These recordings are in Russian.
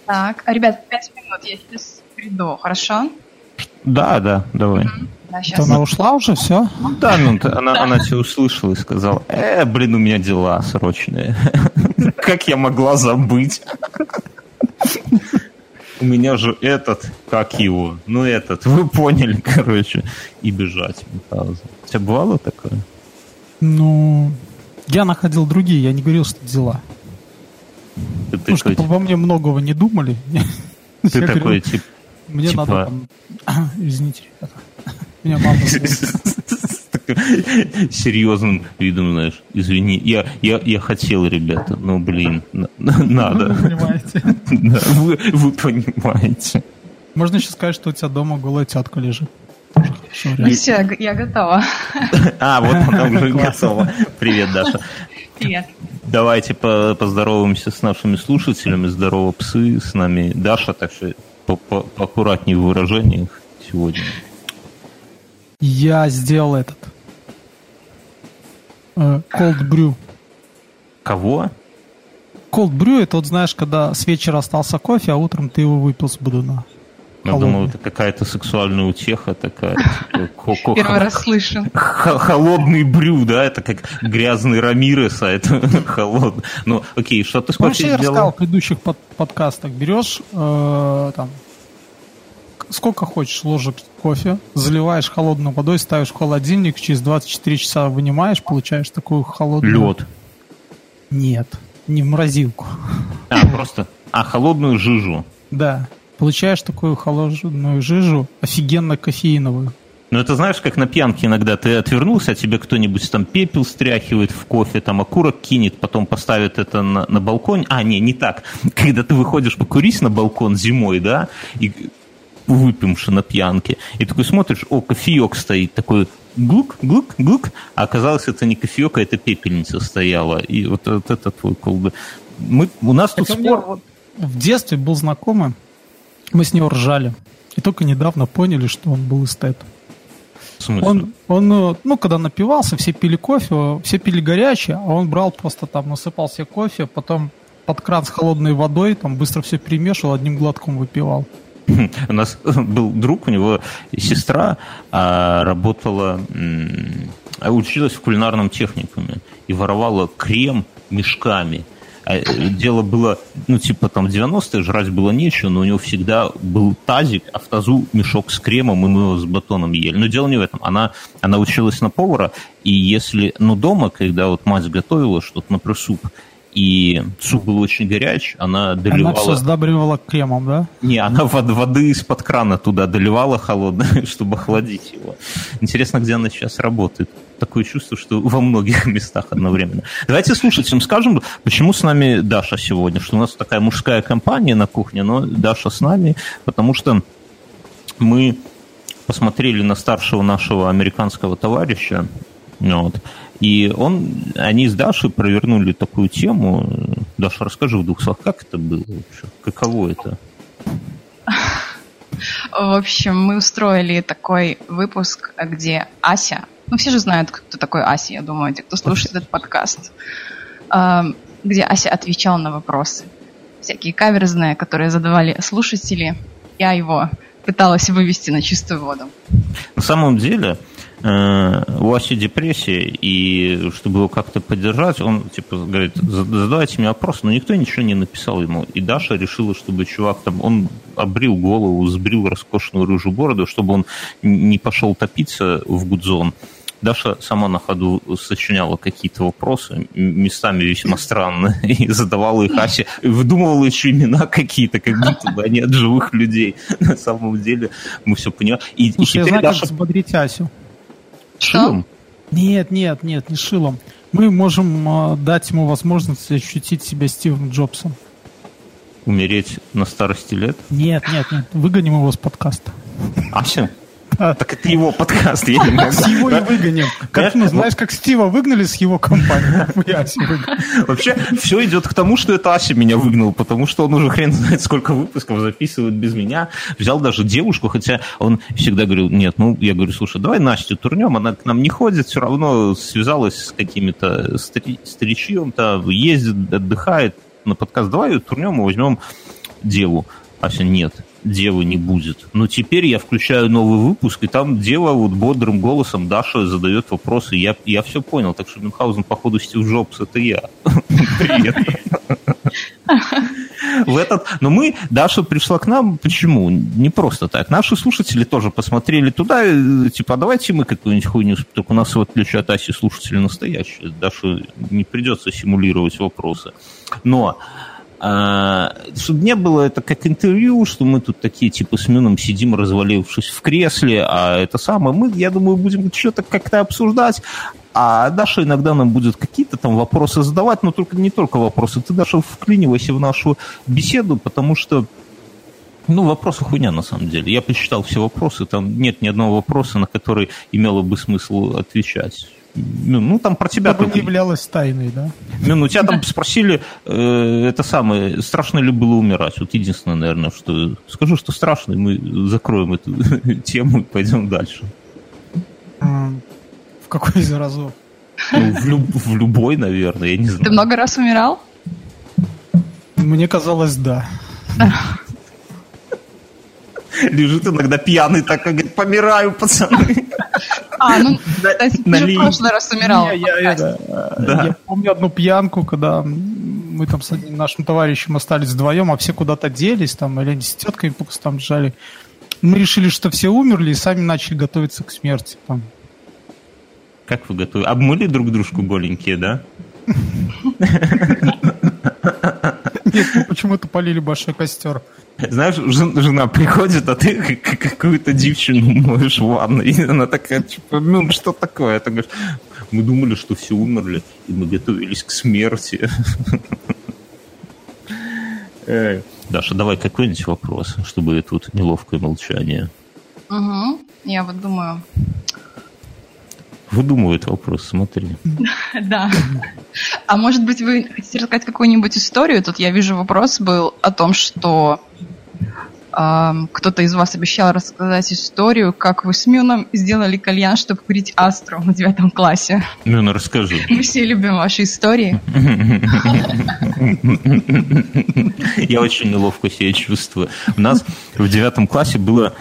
Так, ребят, 5 минут, я сейчас приду, хорошо? Да, давай. Да, сейчас. Она ушла уже, все? Да, она тебя услышала и сказала, у меня дела срочные. Как я могла забыть? У меня же как его? Вы поняли, короче. И бежать. У тебя бывало такое? Ну, я находил другие, я не говорил, что дела. Потому что обо мне многого не думали. Ты такой, типа... Мне надо там... Извините, ребята. Меня мама... Серьезным видом, знаешь, извини, я хотел, ребята, но, надо. Вы понимаете. Да, вы понимаете. Можно еще сказать, что у тебя дома голая тетка лежит. Ну все, я готова. Вот она уже готова. Привет, Даша. Привет. Давайте поздороваемся с нашими слушателями. Здорово, псы. С нами Даша, так что поаккуратнее в выражениях сегодня. Я сделал этот cold brew. Кого? Cold brew — это, вот знаешь, когда с вечера остался кофе, а утром ты его выпил с будуна. Я думал, это какая-то сексуальная утеха такая. Первый раз слышу. Холодный брю, да? Это как грязный Рамирес, а это холодный. Ну, окей, что ты с кофе сделал? Я рассказал в предыдущих подкастах. Берешь там сколько хочешь ложек кофе, заливаешь холодной водой, ставишь в холодильник, через 24 часа вынимаешь, получаешь такую холодную... Лед. Нет, не в морозилку. Просто... холодную жижу. Да. Получаешь такую холодную жижу, офигенно кофеиновую. Ну, это знаешь, как на пьянке иногда ты отвернулся, а тебе кто-нибудь там пепел стряхивает в кофе, там окурок кинет, потом поставит это на балкон. Не так. Когда ты выходишь покурить на балкон зимой, да, и выпьемши на пьянке, и такой смотришь, кофеек стоит, такой глук, глук, глук, а оказалось, это не кофеек, а это пепельница стояла. И вот это твой колбы. У нас тут спор... В детстве был знакомый, мы с него ржали. И только недавно поняли, что он был эстет. В смысле? Он, когда напивался, все пили кофе, все пили горячее, а он брал просто там, насыпал себе кофе, потом под кран с холодной водой, там быстро все перемешивал, одним глотком выпивал. У нас был друг, у него сестра работала, училась в кулинарном техникуме и воровала крем мешками. Дело было, там в 90-е жрать было нечего, но у него всегда был тазик, а в тазу мешок с кремом, и мы его с батоном ели. Но дело не в этом. Она училась на повара, и если, дома, когда вот мать готовила что-то, например, суп, и суп был очень горяч, она доливала... Она все сдабривала кремом, да? Не, она воды из-под крана туда доливала холодной, чтобы охладить его. Интересно, где она сейчас работает. Такое чувство, что во многих местах одновременно. Давайте слушателям скажем, почему с нами Даша сегодня, что у нас такая мужская компания на кухне, но Даша с нами, потому что мы посмотрели на старшего нашего американского товарища, и они с Дашей провернули такую тему. Даша, расскажи в двух словах, как это было вообще? Каково это? В общем, мы устроили такой выпуск, где Ася, все же знают, кто такой Ася, я думаю, те, кто слушает этот подкаст, где Ася отвечала на вопросы, всякие каверзные, которые задавали слушатели. Я его пыталась вывести на чистую воду. На самом деле... у Аси депрессия, и чтобы его как-то поддержать, он говорит, задавайте мне вопрос, но никто ничего не написал ему. И Даша решила, чтобы чувак он обрил голову, сбрил роскошную рыжую бороду, чтобы он не пошел топиться в Гудзон. Даша сама на ходу сочиняла какие-то вопросы, местами весьма странные, и задавала их Асе, выдумывала еще имена какие-то, как будто бы они от живых людей. На самом деле мы все понимаем. Слушай, я знаю, как взбодрить Асю. Шилом? Нет, не шилом. Мы можем дать ему возможность ощутить себя Стивом Джобсом. Умереть на старости лет? Нет. Выгоним его с подкаста. Ася? Так это его подкаст, я не могу. Его и выгоним. Знаешь, как Стива выгнали с его компании, я Асю выгоню. Вообще, все идет к тому, что это Ася меня выгнал, потому что он уже хрен знает, сколько выпусков записывает без меня. Взял даже девушку, хотя он всегда говорил, нет, я говорю, слушай, давай Настю турнем, она к нам не ходит, все равно связалась с какими-то старичьем, ездит, отдыхает на подкаст, давай ее турнем и возьмем деву. Ася, нет, девы не будет. Но теперь я включаю новый выпуск, и там дева вот бодрым голосом Даша задает вопросы. Я все понял, так что Мюнхгаузен, походу, Стив Джобс, это я. Привет. Но Даша пришла к нам, почему? Не просто так. Наши слушатели тоже посмотрели туда, типа, давайте мы какую-нибудь хуйню, только у нас, в отличие от Аси, слушатели настоящие. Даше не придется симулировать вопросы. Но чтобы не было это как интервью, что мы тут такие типа с Мюном сидим, развалившись в кресле, а это самое, мы, я думаю, будем что-то как-то обсуждать, а Даша иногда нам будет какие-то там вопросы задавать, но только не только вопросы. Ты, Даша, вклинивайся в нашу беседу, потому что вопросы хуйня на самом деле. Я посчитал все вопросы, там нет ни одного вопроса, на который имело бы смысл отвечать. Там про тебя... Это не являлось тайной, да? У тебя там спросили, это самое, страшно ли было умирать? Вот единственное, наверное, что... Скажу, что страшно, и мы закроем эту тему и пойдем дальше. В какой из разов? В любой, наверное, я не знаю. Ты много раз умирал? Мне казалось, да. Лежит иногда пьяный, так как говорит, помираю, пацаны. Ты же в прошлый раз умирал. Я помню одну пьянку, когда мы там с одним нашим товарищем остались вдвоем, а все куда-то делись, там, или они с тетками просто там лежали. Мы решили, что все умерли, и сами начали готовиться к смерти. Там. Как вы готовы? Обмыли друг дружку голенькие, да? Нет, мы почему-то полили большой костер. Знаешь, жена приходит, а ты какую-то девчину моешь в ванной. И она такая, типа, что такое? Ты говоришь, мы думали, что все умерли, и мы готовились к смерти. Даша, давай какой-нибудь вопрос, чтобы тут неловкое молчание. Угу, я вот думаю... Выдумывает вопрос, смотри. Да. А может быть, вы хотите рассказать какую-нибудь историю? Тут я вижу, вопрос был о том, что кто-то из вас обещал рассказать историю, как вы с Мюном сделали кальян, чтобы курить Астру в 9 классе. Мюн, расскажи. Мы все любим ваши истории. Я очень неловко себя чувствую. У нас в 9 классе было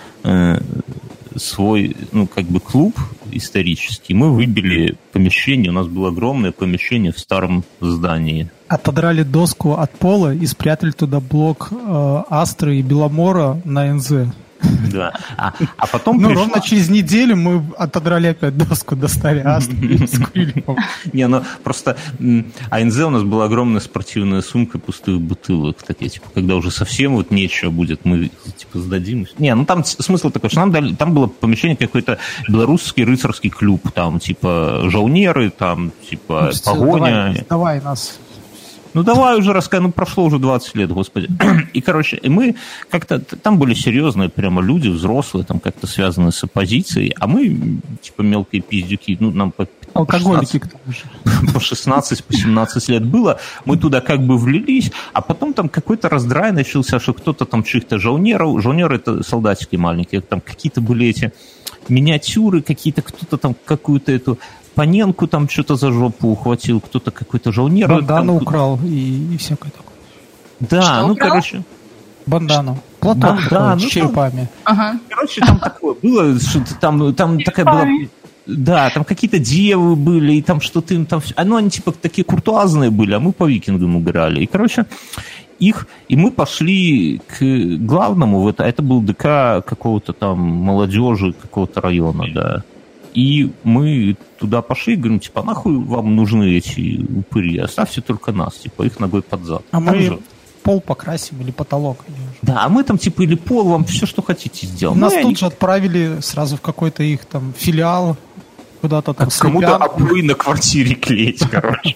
свой, клуб исторический. Мы выбили помещение, у нас было огромное помещение в старом здании. Отодрали доску от пола и спрятали туда блок Астры и Беломора на НЗ. Да. А потом ровно через неделю мы отодрали опять доску, достали Астру и скурили. Просто АНЗ у нас была огромная спортивная сумка пустых бутылок. Такие, когда уже совсем вот нечего будет, мы сдадим. Там смысл такой, что нам дали, там было помещение какой-то белорусский рыцарский клуб, там жаунеры, там погоня. Давай нас... давай уже рассказывай, прошло уже 20 лет, господи. И, мы как-то, там были серьезные прямо люди, взрослые, там как-то связанные с оппозицией, а мы, мелкие пиздюки, нам по 15, алкоголики к тому же. По 16, по 17 лет было, мы туда как бы влились, а потом там какой-то раздрай начался, что кто-то там чьих-то жаунеры это солдатики маленькие, там какие-то были эти миниатюры, какие-то, кто-то там какую-то эту Паненку там что-то за жопу ухватил, кто-то какой-то жаунер. Бандану украл и всякое такое. Да, украл? Бандану. Платок с черепами. Ага. Там такое было, что-то там такая была... Да, там какие-то девы были, и там что-то им там... Они такие куртуазные были, а мы по викингам играли. И, и мы пошли к главному, это был ДК какого-то там молодежи, какого-то района, да. И мы туда пошли, говорим, нахуй вам нужны эти упыри, оставьте только нас, их ногой под зад. А мы пол покрасим или потолок. Да, а мы там или пол, вам все, что хотите, сделаем. Нас тут же отправили сразу в какой-то их там филиал, куда-то там. Кому-то обои на квартире клеить, короче.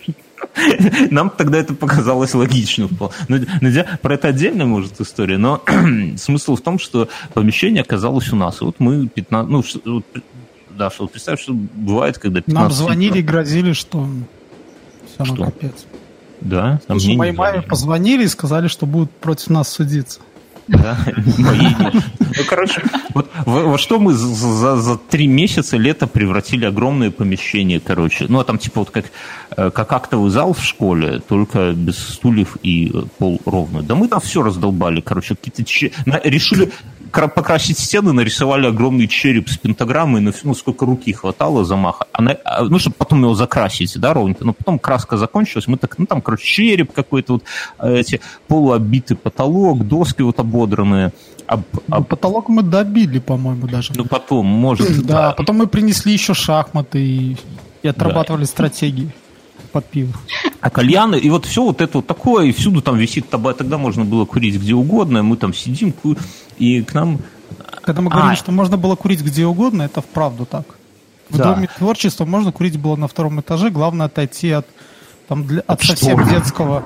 Нам тогда это показалось логичным. Про это отдельная, может, история, но смысл в том, что помещение оказалось у нас. И вот мы 15... Да, что представь, что бывает, когда 15... Нам звонили и грозили, что все, капец. Да? Моей маме позвонили и сказали, что будут против нас судиться. Да? Моей нет. Ну, короче, вот во что мы за 3 месяца лета превратили огромное помещение, короче. Ну, а там типа вот как актовый зал в школе, только без стульев и пол ровный. Да мы там все раздолбали, короче. Решили покрасить стены, нарисовали огромный череп с пентаграммой, ну, сколько руки хватало замаха. Ну, чтобы потом его закрасить, да, ровненько. Но потом краска закончилась, мы так, ну, там, короче, череп какой-то, вот эти полуоббитый потолок, доски вот ободранные. Потолок мы добили, по-моему, даже. Ну, потом, может. Да, потом мы принесли еще шахматы и отрабатывали стратегии под пиво. А кальяны, и вот все вот это вот такое, и всюду там висит табак, тогда можно было курить где угодно, мы там сидим, и к нам... Когда мы говорили, что можно было курить где угодно, это вправду так. В Доме творчества можно курить было на 2-м этаже, главное отойти от совсем детского...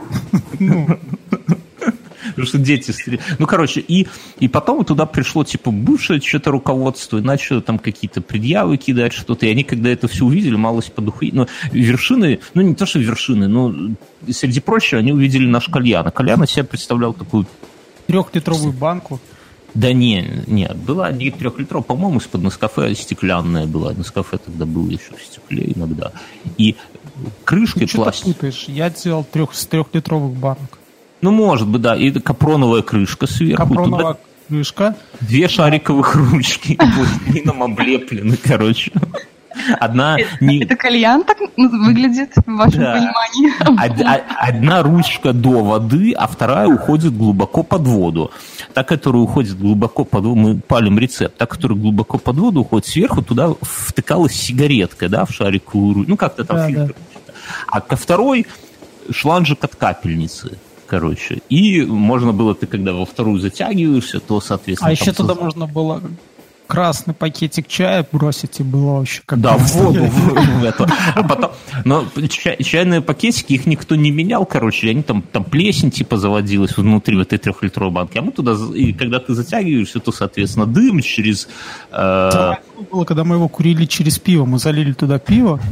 Потому что дети... Ну, короче, и потом туда пришло, типа, бывшее что-то руководство, и начало там какие-то предъявы кидать, что-то, и они, когда это все увидели, малость подухи... Ну, вершины, ну, не то, что вершины, но, среди прочего, они увидели наш кальян. А кальян из себя представлял такую... 3-литровую банку. Да нет, была не 3-литровая, по-моему, из-под Нескафе стеклянная была. Нескафе тогда было еще в стекле иногда. И крышкой пластик... Ты путаешь, я делал с 3-литровых банок. Ну, может быть, да. И капроновая крышка сверху. Капроновая крышка. 2 шариковых ручки пластилином облеплены, короче. Это кальян так выглядит в вашем понимании? Одна ручка до воды, а вторая уходит глубоко под воду. Та, которая уходит глубоко под воду, мы палим рецепт, та, которая глубоко под воду уходит сверху, туда втыкалась сигаретка, да, в шариковую ручку. Ну, как-то там фильтр. А ко второй шланжик от капельницы. Короче. И можно было, ты когда во вторую затягиваешься, то, соответственно... А еще туда можно было красный пакетик чая бросить, и было вообще как... Да, в воду. А потом... Но чайные пакетики, их никто не менял, короче, они там плесень типа заводилась внутри в этой 3-литровой банки. А мы туда... И когда ты затягиваешься, то, соответственно, дым через... Это было, когда мы его курили через пиво. Мы залили туда пиво.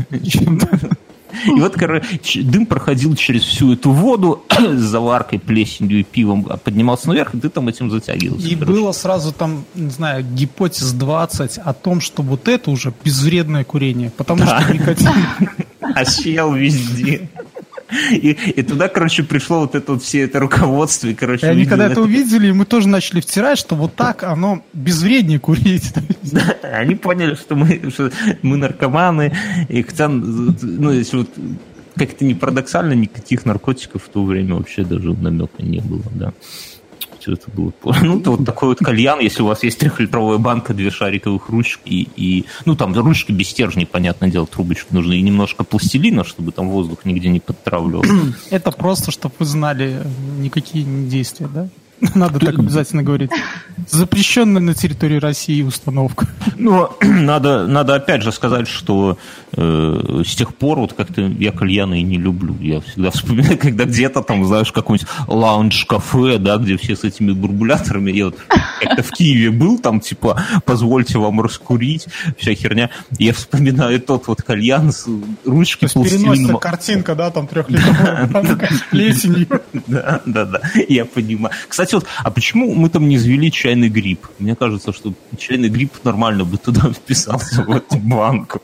И вот, короче, дым проходил через всю эту воду с заваркой, плесенью и пивом, поднимался наверх, и ты там этим затягивался. И было сразу там, не знаю, гипотез 20 о том, что вот это уже безвредное курение, потому что никотин... Осел везде. И туда, короче, пришло вот это вот все это руководство. И, короче, они когда это увидели, мы тоже начали втирать, что вот так оно безвреднее курить. Да, они поняли, что мы наркоманы. И хотя, ну, если вот как-то не парадоксально, никаких наркотиков в то время вообще даже намека не было, да. Все это было... Ну, это вот такой вот кальян, если у вас есть 3-литровая банка, 2 шариковых ручки и... Ну, там ручки без стержней, понятное дело, трубочки нужны, и немножко пластилина, чтобы там воздух нигде не подтравливал. Это просто, чтобы вы знали, никакие не действия, да? Надо так обязательно говорить. Запрещенная на территории России установка. Ну, надо опять же сказать, что с тех пор вот как-то я кальяны и не люблю. Я всегда вспоминаю, когда где-то там, знаешь, какой-нибудь лаунж-кафе, да, где все с этими бурбуляторами. Я вот как-то в Киеве был, там типа позвольте вам раскурить, вся херня. Я вспоминаю тот вот кальян с ручки пластилином. Переносится картинка, да, там 3-литровая плесенью. Да, я понимаю. Кстати, вот, а почему мы там не извели чайный гриб? Мне кажется, что чайный гриб нормально бы туда вписался, в эту банку.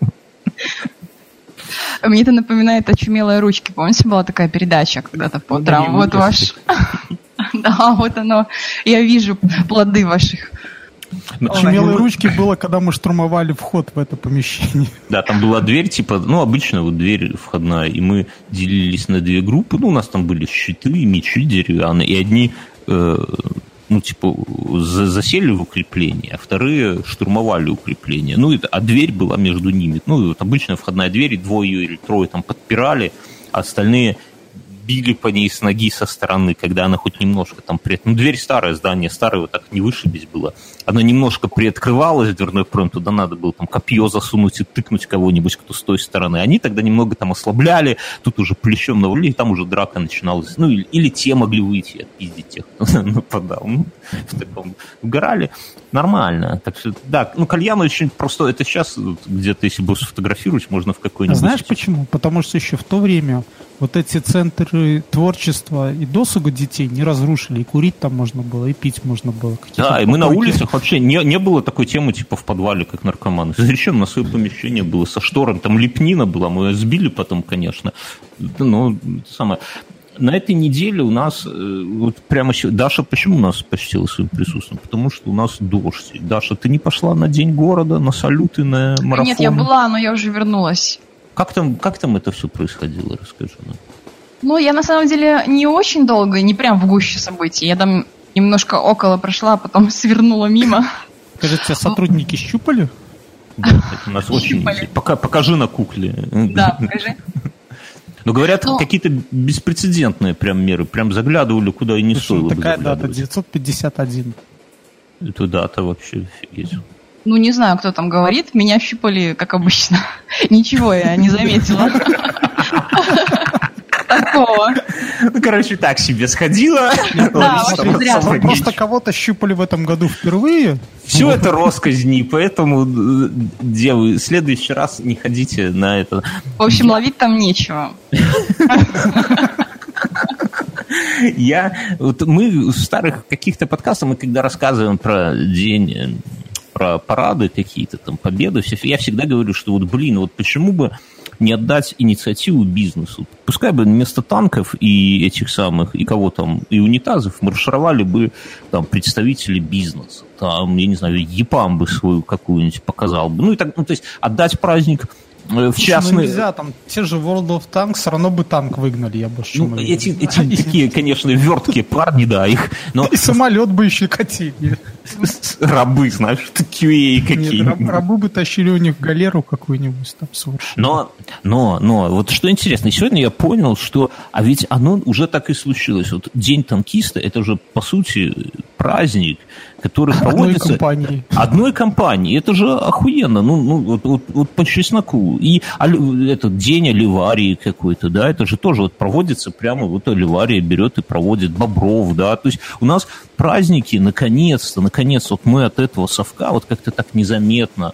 Мне это напоминает «Очумелые ручки». Помните, была такая передача когда-то по утрам? Вот ваш... Да, вот оно. Я вижу плоды ваших. Очумелые ручки было, когда мы штурмовали вход в это помещение. Да, там была дверь, типа, ну, обычно вот дверь входная, и мы делились на 2 группы. Ну, у нас там были щиты, мечи деревянные, и одни... ну, типа, засели в укрепление, а вторые штурмовали укрепление. Ну, а дверь была между ними. Ну, вот обычная входная дверь, и 2 или 3 там подпирали, а остальные били по ней с ноги со стороны, когда она хоть немножко там ну, дверь старое, здание старое, вот так не вышибись было. Она немножко приоткрывалась, дверной проем, туда надо было там копье засунуть и тыкнуть кого-нибудь, кто с той стороны. Они тогда немного там ослабляли, тут уже плечом навалили, и там уже драка начиналась. Ну, или те могли выйти, отпиздить тех, кто нападал. Ну, в таком угорали. Нормально. Так что, да, ну, кальян очень просто, это сейчас где-то, если бы сфотографировать, можно в какой-нибудь... А знаешь почему? Потому что еще в то время вот эти центры творчества и досуга детей не разрушили. И курить там можно было, и пить можно было. Да, и мы на улицах вообще не было такой темы, типа в подвале, как наркоманы. Зачем на свое помещение было со штором, там лепнина была, мы ее сбили потом, конечно. Ну, самое. На этой неделе у нас, вот прямо Даша почему у нас почтила своим присутствием? Потому что у нас дождь. Даша, ты не пошла на День города, на салюты, на марафон? Нет, я была, но я уже вернулась. Как там это все происходило, расскажи нам. Ну, я на самом деле не очень долго, не прям в гуще событий. Я там немножко около прошла, а потом свернула мимо. Скажи, тебя сотрудники щупали? Да, это у нас очень... Покажи на кукле. Да, покажи. Но говорят, какие-то беспрецедентные прям меры. Прям заглядывали, куда и не стоило бы такая дата, 951. Эту дата вообще офигеть. Ну, не знаю, кто там говорит. Меня щупали, как обычно. Ничего я не заметила. Такого. Ну, короче, так себе сходила. Да, очень зря. Просто кого-то щупали в этом году впервые. Все это росказни, поэтому, девы, в следующий раз не ходите на это. В общем, ловить там нечего. Мы в старых каких-то подкастах, мы когда рассказываем про день, про парады какие-то, там, победы, я всегда говорю, что вот почему бы не отдать инициативу бизнесу? Пускай бы вместо танков и этих самых, и кого там, и унитазов маршировали бы там представители бизнеса. Там, я не знаю, ЕПАМ бы свою какую-нибудь показал бы. То есть отдать праздник в частные... нельзя, там те же World of Tanks все равно бы танк выгнали, я бы эти такие, конечно, верткие парни, да, их... Но... И самолет бы еще катили. Рабы, знаешь, QA какие-нибудь. Нет, рабы бы тащили у них галеру какую-нибудь там совершенно. Но, вот что интересно, сегодня я понял, что, а ведь оно уже так и случилось. Вот День танкиста, это же, по сути, праздник, который проводится... Одной компании. Это же охуенно. Вот по чесноку. И этот День Оливарии какой-то, да, это же тоже вот проводится прямо, вот Оливария берет и проводит Бобров, да, то есть у нас праздники, наконец-то, вот мы от этого совка вот как-то так незаметно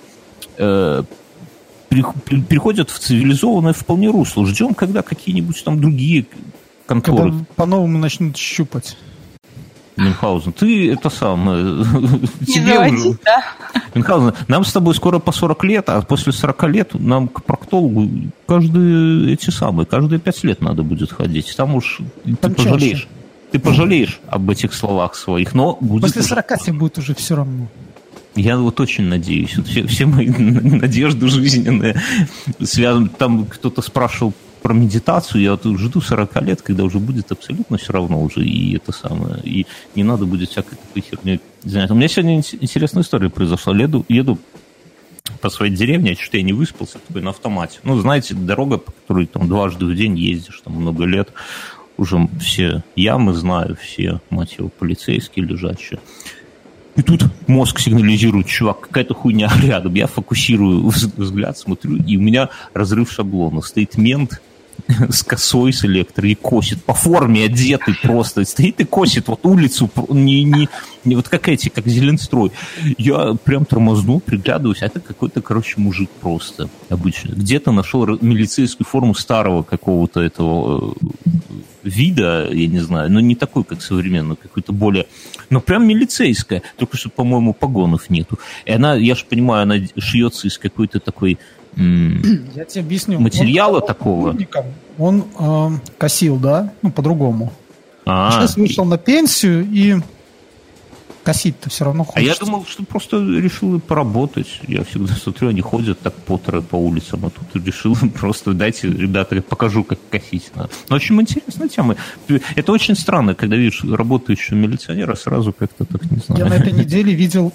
переходят в цивилизованное вполне русло. Ждем, когда какие-нибудь там другие конторы... Когда по-новому начнут щупать. Мюнхгаузен, ты это самое... Не заводить, да? Мюнхгаузен, нам с тобой скоро по 40 лет, а после 40 лет нам к проктологу каждые 5 лет надо будет ходить. Там уж ты пожалеешь. Ты пожалеешь об этих словах своих, но будет... После 40 тебе будет уже все равно. Я вот очень надеюсь. Все мои надежды жизненные связаны. Там кто-то спрашивал про медитацию. Я вот жду 40 лет, когда уже будет абсолютно все равно уже. И это самое. И не надо будет всякой такой херней заняться. У меня сегодня интересная история произошла. Еду по своей деревне, что-то я не выспался, такой на автомате. Знаете, дорога, по которой там дважды в день ездишь, там много лет. Уже все ямы знаю, все, мать его, полицейские лежачие. И тут мозг сигнализирует, чувак, какая-то хуйня рядом. Я фокусирую взгляд, смотрю, и у меня разрыв шаблона. Стоит мент с косой, с электрой, и косит. По форме одетый просто. Стоит и косит вот улицу. Не вот как Зеленстрой. Я прям тормознул, приглядываюсь. А это какой-то, мужик просто обычный. Где-то нашел милицейскую форму старого какого-то этого вида, я не знаю, но не такой, как современный, какой-то более... Но прям милицейская. Только что, по-моему, погонов нету. И она, я же понимаю, она шьется из какой-то такой... Я тебе объясню. Материала такого. Он косил, да? По-другому. Сейчас вышел на пенсию и косить-то все равно хочется. А я думал, что просто решил поработать. Я всегда смотрю, они ходят так по улицам, а тут решил просто дайте, ребята, я покажу, как косить надо. Но очень интересная тема. Это очень странно, когда видишь работающего милиционера, сразу как-то так, не знаю. Я на этой неделе видел,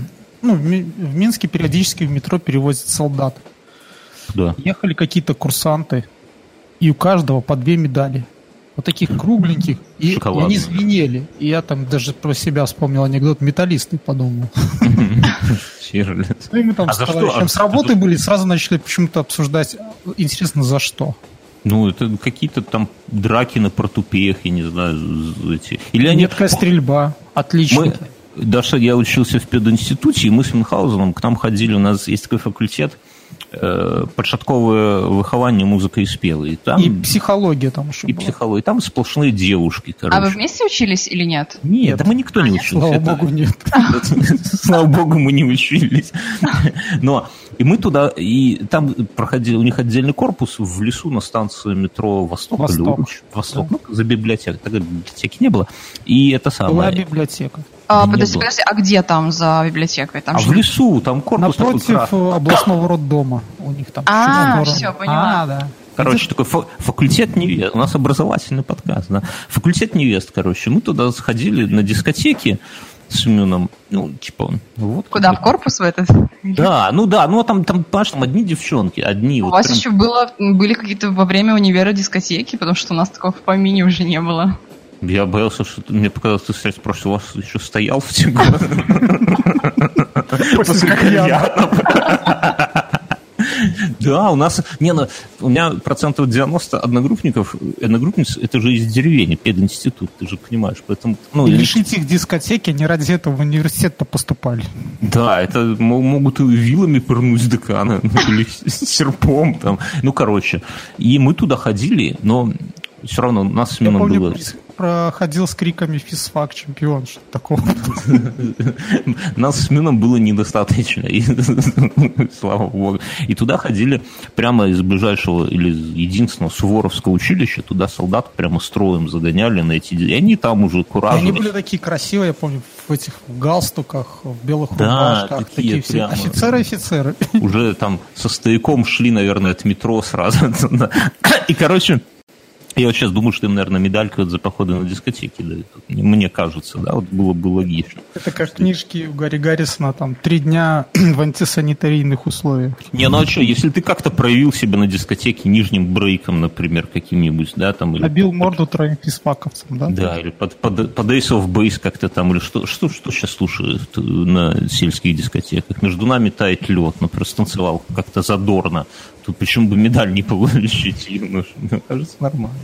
в Минске периодически в метро перевозят солдат. Да. Ехали какие-то курсанты, и у каждого по 2 медали. Вот таких кругленьких, и они звенели. И я там даже про себя вспомнил анекдот металлисты, подумал. И мы там с работы были, сразу начали почему-то обсуждать, интересно, за что. Это какие-то там драки на портупеях, я не знаю, эти. Или меткая стрельба, отлично. Даша, я учился в пединституте, и мы с Мюнхгаузеном к нам ходили, у нас есть такой факультет пачатковае выхаванне музыкай і спевы. И психология там еще и была. Психология. Там сплошные девушки, короче. А вы вместе учились или нет? Нет, да мы никто не учился. Слава богу, нет. Слава богу, мы не учились. Но и мы туда, и там проходили, у них отдельный корпус в лесу на станции метро Восток. Восток. Ну, за библиотекой. Тогда библиотеки не было. И это самое. Была библиотека. Подожди, а где там за библиотекой? Там в лесу, там корпус. Напротив областного роддома. У них там. Все, поняла. Да. Короче, такой факультет невест. У нас образовательный подкаст, да. Факультет невест, короче. Мы туда сходили на дискотеки с Семеном. Ну, типа, вот. Куда, в корпус в этот? Да, ну там, понимаешь, там одни девчонки, одни. У вас еще были какие-то во время универа дискотеки, потому что у нас такого в помине уже не было. Я боялся, что мне показалось, ты сейчас спросил, у вас еще стоял в те годы? После кальяна. Да, у нас... у меня 90% одногруппниц, это же из деревни, пединститут, ты же понимаешь, поэтому... И лишить их дискотеки, они ради этого в университет-то поступали. Да, это могут и вилами пырнуть с декана, или серпом там. Ну, короче. И мы туда ходили, но все равно у нас с Семеном было... проходил с криками «Физфак, чемпион», что-то такого. Нас с Семеном было недостаточно, и, слава богу. И туда ходили прямо из ближайшего или единственного Суворовского училища, туда солдат прямо строем загоняли на эти... И они там уже куражили. Они были такие красивые, я помню, в этих галстуках, в белых рубашках. Такие все офицеры. Уже там со стояком шли, наверное, от метро сразу. И, короче... Я вот сейчас думаю, что им, наверное, медалька за походы на дискотеки дают. Мне кажется, да, вот было бы логично. Это как книжки у Гарри Гаррисона, там, 3 дня в антисанитарийных условиях. Не, ну а что, если ты как-то проявил себя на дискотеке нижним брейком, например, каким-нибудь, да, там... Или набил морду 3 физфаковцам, да? Да, или под Ace of Base как-то там, или что сейчас слушают на сельских дискотеках? Между нами тает лед, например, станцевал как-то задорно. Тут почему бы медаль не получить? Мне кажется, нормально.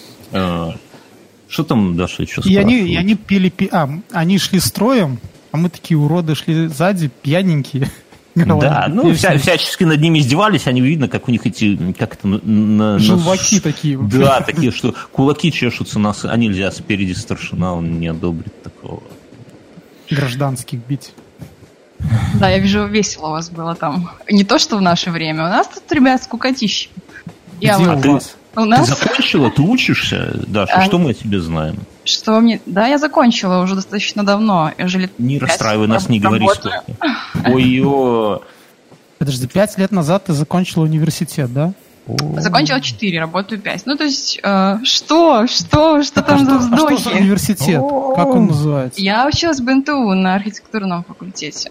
Что там, Даша, еще спрашивает? И они пили... они шли строем, а мы такие уроды шли сзади, пьяненькие. Да, ну, всячески над ними издевались, они видно, как у них эти... Желваки такие. Да, такие, что кулаки чешутся, а нельзя, спереди старшина, он не одобрит такого. Гражданских бить. Да, я вижу, весело у вас было там. Не то, что в наше время. У нас тут, ребят, скукотища. Ты закончила? Ты учишься, Даша? Что мы о тебе знаем? Что мне... Да, я закончила уже достаточно давно. Не расстраивай нас, не говори сколько. Ой-ё. Подожди, 5 лет назад ты закончила университет, да? Закончила 4, работаю 5. Ну, то есть, что там за вздохи? А что за университет? Как он называется? Я училась в БНТУ на архитектурном факультете.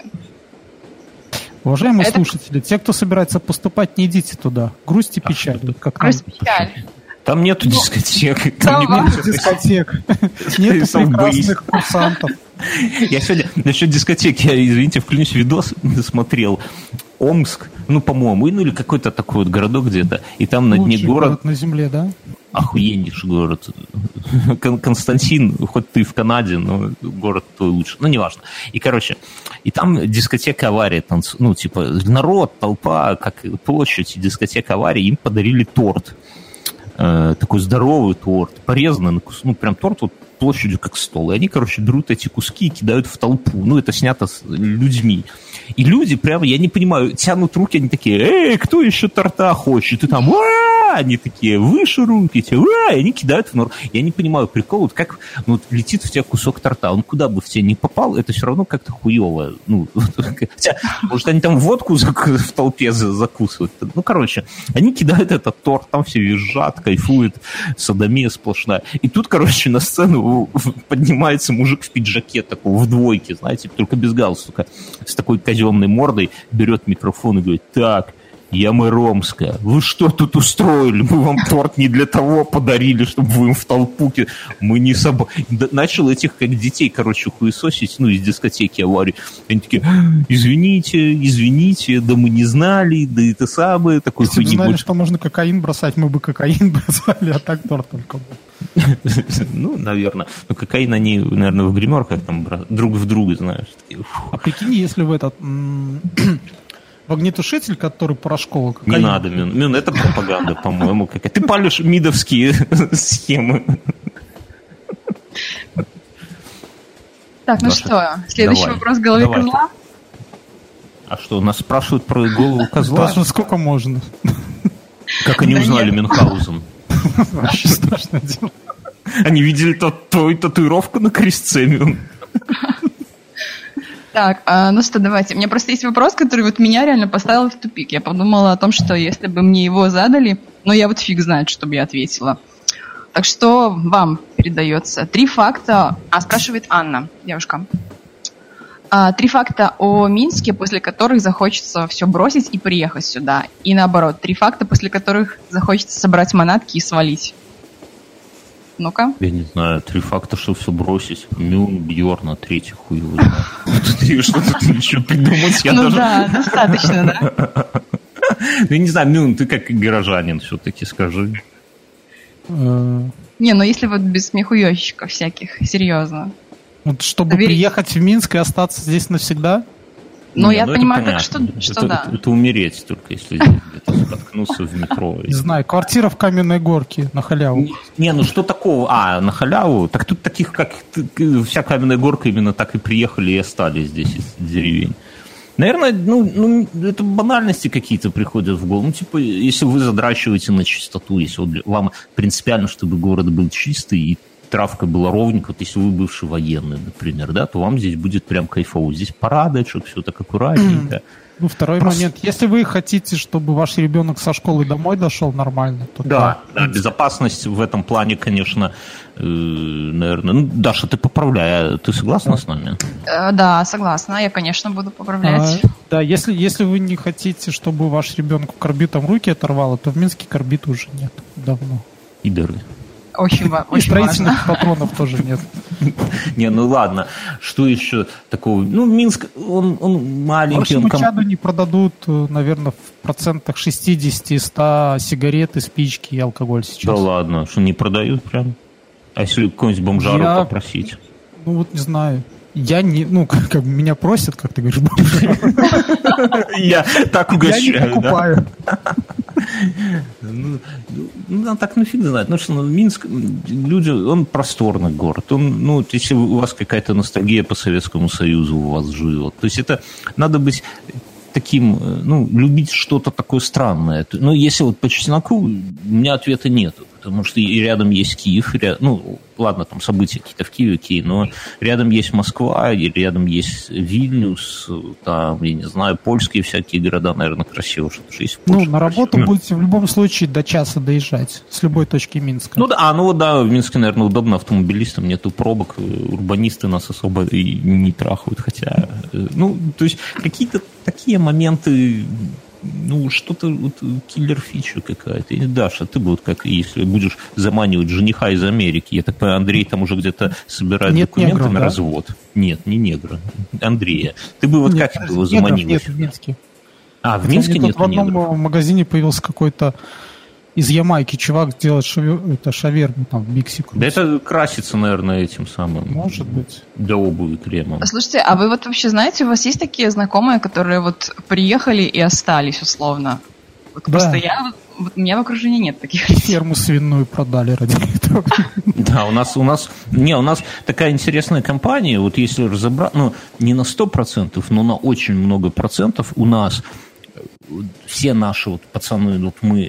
Уважаемые слушатели, те, кто собирается поступать, не идите туда. Грусть и печаль. Грусть и печаль. Там нету дискотек. Там нету дискотек. Нету прекрасных курсантов. Я сегодня насчет дискотек, я, извините, вклинюсь, видос смотрел. Омск, ну, по-моему, ну, или какой-то такой вот городок где-то, и там на дне город на земле, да? Охуеннейший город. Константин, хоть ты в Канаде, но город твой лучше. Ну, неважно. И, короче, и там дискотека авария, ну, типа, народ, толпа, как площадь, дискотека аварии, им подарили торт. Такой здоровый торт, порезанный на кусок, ну, прям торт вот площадью как стол. И они, короче, берут эти куски и кидают в толпу. Ну, это снято с людьми. И люди прямо, я не понимаю, тянут руки, они такие, эй, кто еще торта хочет? И там, они такие, выше руки, и они кидают в нор. Я не понимаю прикол, вот как вот летит в тебя кусок торта, он куда бы в тебя не попал, это все равно как-то хуево. Ну, хотя, может, они там водку в толпе закусывают. Ну, короче, они кидают этот торт, там все визжат, кайфуют, содомия сплошная. И тут, короче, на сцену поднимается мужик в пиджаке такого, в двойке, знаете, только без галстука, с такой казенной мордой, берет микрофон и говорит, так, я мэр Омска, вы что тут устроили? Мы вам торт не для того подарили, чтобы вы им в толпу... Мы не начал этих, как детей, короче, хуесосить, ну, из дискотеки аварии. Они такие, извините, да мы не знали, да это самое, такой хуйни. Если бы знали, что можно кокаин бросать, мы бы кокаин бросали, а так торт только был. Ну, наверное. Но кокаин они, наверное, в гримерках там друг в друга, знаешь. А прикинь, если в этот... в огнетушитель, который порошковый. Не надо, Мюн, это пропаганда, по-моему. Ты палишь мидовские схемы. Так, ну что, следующий вопрос в голове козла. А что, нас спрашивают про голову козла? Сколько можно? Как они узнали Мюнхгаузен? Вообще страшное дело. Они видели твою татуировку на крестце, Мюн. Так, ну что, давайте. У меня просто есть вопрос, который вот меня реально поставил в тупик. Я подумала о том, что если бы мне его задали, но я вот фиг знает, что бы я ответила. Так что вам передается 3 факта. Спрашивает Анна, девушка. 3 факта о Минске, после которых захочется все бросить и приехать сюда. И наоборот, 3 факта, после которых захочется собрать манатки и свалить. Ну-ка. Я не знаю, 3 факта, что все бросить. Мюн, Бьорна, 3-й хуй его знает. Что тут еще придумать? Ну да, достаточно, да? Я не знаю, Мюн, ты как горожанин все-таки скажи. Не, ну если вот без смехуёчечков всяких, серьезно. Вот чтобы приехать в Минск и остаться здесь навсегда? Ну, я понимаю, так что да. Это умереть только, если где-то споткнуться в метро. Не знаю, квартира в Каменной Горке на халяву. Не, ну что такого? На халяву? Так тут таких, как вся Каменная Горка, именно так и приехали и остались здесь из деревень. Наверное, это банальности какие-то приходят в голову. Ну, типа, если вы задрачиваете на чистоту, если вот вам принципиально, чтобы город был чистый и травка была ровненько, вот если вы бывший военный, например, да, то вам здесь будет прям кайфово. Здесь порядочек, все так аккуратненько. Ну, второй момент. Если вы хотите, чтобы ваш ребенок со школы домой дошел нормально, то да, безопасность в этом плане, конечно, наверное... Ну, Даша, ты поправляй. Ты согласна с нами? Да, согласна. Я, конечно, буду поправлять. Да, если вы не хотите, чтобы ваш ребенок карбидом руки оторвало, то в Минске карбида уже нет давно. И дыры. Очень и строительных патронов тоже нет. Не, ну ладно. Что еще такого? Ну, Минск, он маленький. Чаду не продадут, наверное, в 60-100% сигареты, спички и алкоголь сейчас. Да ладно, что не продают прям? А если какого-нибудь бомжару попросить? Ну, вот не знаю. Я не, как меня просят, как ты говоришь, бомжару. Я так угощаю, я не покупаю. Ну, так нафиг знать. Ну, что Минск, люди, он просторный город. Он, если у вас какая-то ностальгия по Советскому Союзу у вас живет. То есть это надо быть таким, любить что-то такое странное. Но если вот по чесноку, у меня ответа нет. Потому что и рядом есть Киев, ладно, там события какие-то в Киеве, окей, но рядом есть Москва, и рядом есть Вильнюс, там, я не знаю, польские всякие города, наверное, красиво, что-то же есть. На работу будете в любом случае до часа доезжать с любой точки Минска. В Минске, наверное, удобно автомобилистам, нету пробок, урбанисты нас особо и не трахают, хотя, то есть какие-то такие моменты, что-то вот киллер-фича какая-то. Даша, ты бы если будешь заманивать жениха из Америки, я так понимаю, Андрей там уже где-то собирает документы на развод. Нет, не негра, Андрея. Ты бы как его заманил? Нет, в Минске. В Минске нет негров. В одном магазине появился какой-то из Ямайки чувак делает шаверму там в миксе. Да это красится, наверное, этим самым. Может быть. Для обуви кремом. Слушайте, а вы вот вообще знаете, у вас есть такие знакомые, которые вот приехали и остались условно? Вот да. Просто у меня в окружении нет таких. Ферму свиную продали ради этого. Да, у нас такая интересная компания, вот если разобрать, не на 100%, но на очень много процентов у нас все наши пацаны, мы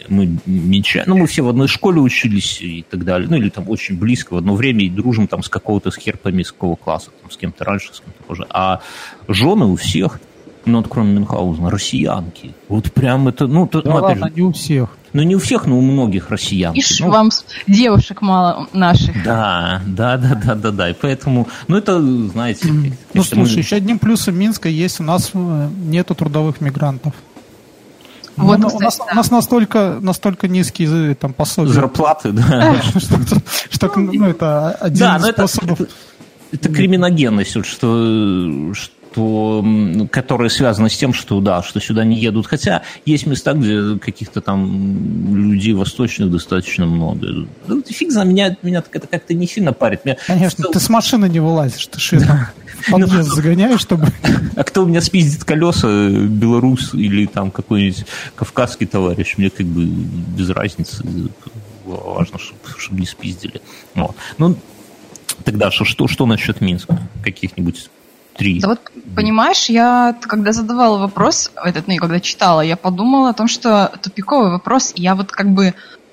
все в одной школе учились и так далее, или там очень близко в одно время и дружим там с какого-то херпомистского класса, там, с кем-то раньше, с кем-то позже. А жены у всех, кроме Мюнхгаузена, россиянки. Вот прям это, ладно, не у всех. Не у всех, но у многих россиянки. Ишь, вам девушек мало наших. Да. И поэтому, это, знаете... слушай, еще одним плюсом Минска есть, у нас нету трудовых мигрантов. Вот, у нас настолько низкие там пособия. Зарплаты, да. Что это один из способов. Это криминогенность, что которые связаны с тем, что да, что сюда не едут. Хотя есть места, где каких-то там людей восточных достаточно много. Ну, фиг знает, меня это как-то не сильно парит. Конечно, ты с машины не вылазишь, ты шина в подъезд загоняешь, чтобы... А кто у меня спиздит колеса, белорус или там какой-нибудь кавказский товарищ, мне как бы без разницы. Важно, чтобы не спиздили. Вот. Ну, тогда что насчет Минска? Каких-нибудь 3. Да вот, понимаешь, я когда задавала вопрос, когда читала, я подумала о том, что тупиковый вопрос, я вот как бы,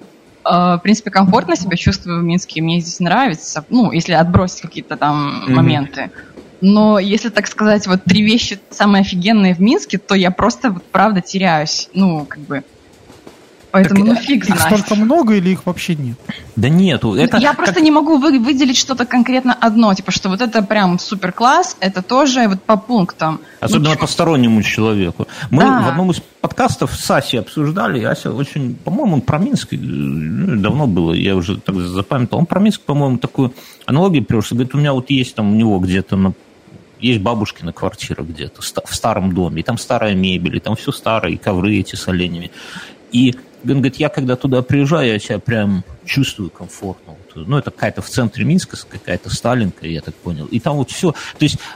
в принципе, комфортно себя чувствую в Минске, мне здесь нравится, ну, если отбросить какие-то там моменты. Но если, так сказать, вот 3 вещи самые офигенные в Минске, то я просто, вот, правда, теряюсь, ну, как бы... Поэтому, фиг знает. Их столько много или их вообще нет? Да нету. Я просто не могу выделить что-то конкретно одно. Типа, что вот это прям супер класс, это тоже вот по пунктам. Особенно постороннему человеку. Мы в одном из подкастов с Асей обсуждали, и Ася очень, по-моему, он про Минск, давно было, я уже так запамятовал, он про Минск, по-моему, такую аналогию привел, что говорит, у меня вот есть там у него где-то есть бабушкина квартира где-то в старом доме, и там старая мебель, и там все старое, и ковры эти с оленями. И он говорит, я когда туда приезжаю, я себя прям чувствую комфортно. Ну, это какая-то в центре Минска, какая-то Сталинка, я так понял. И там вот все. То есть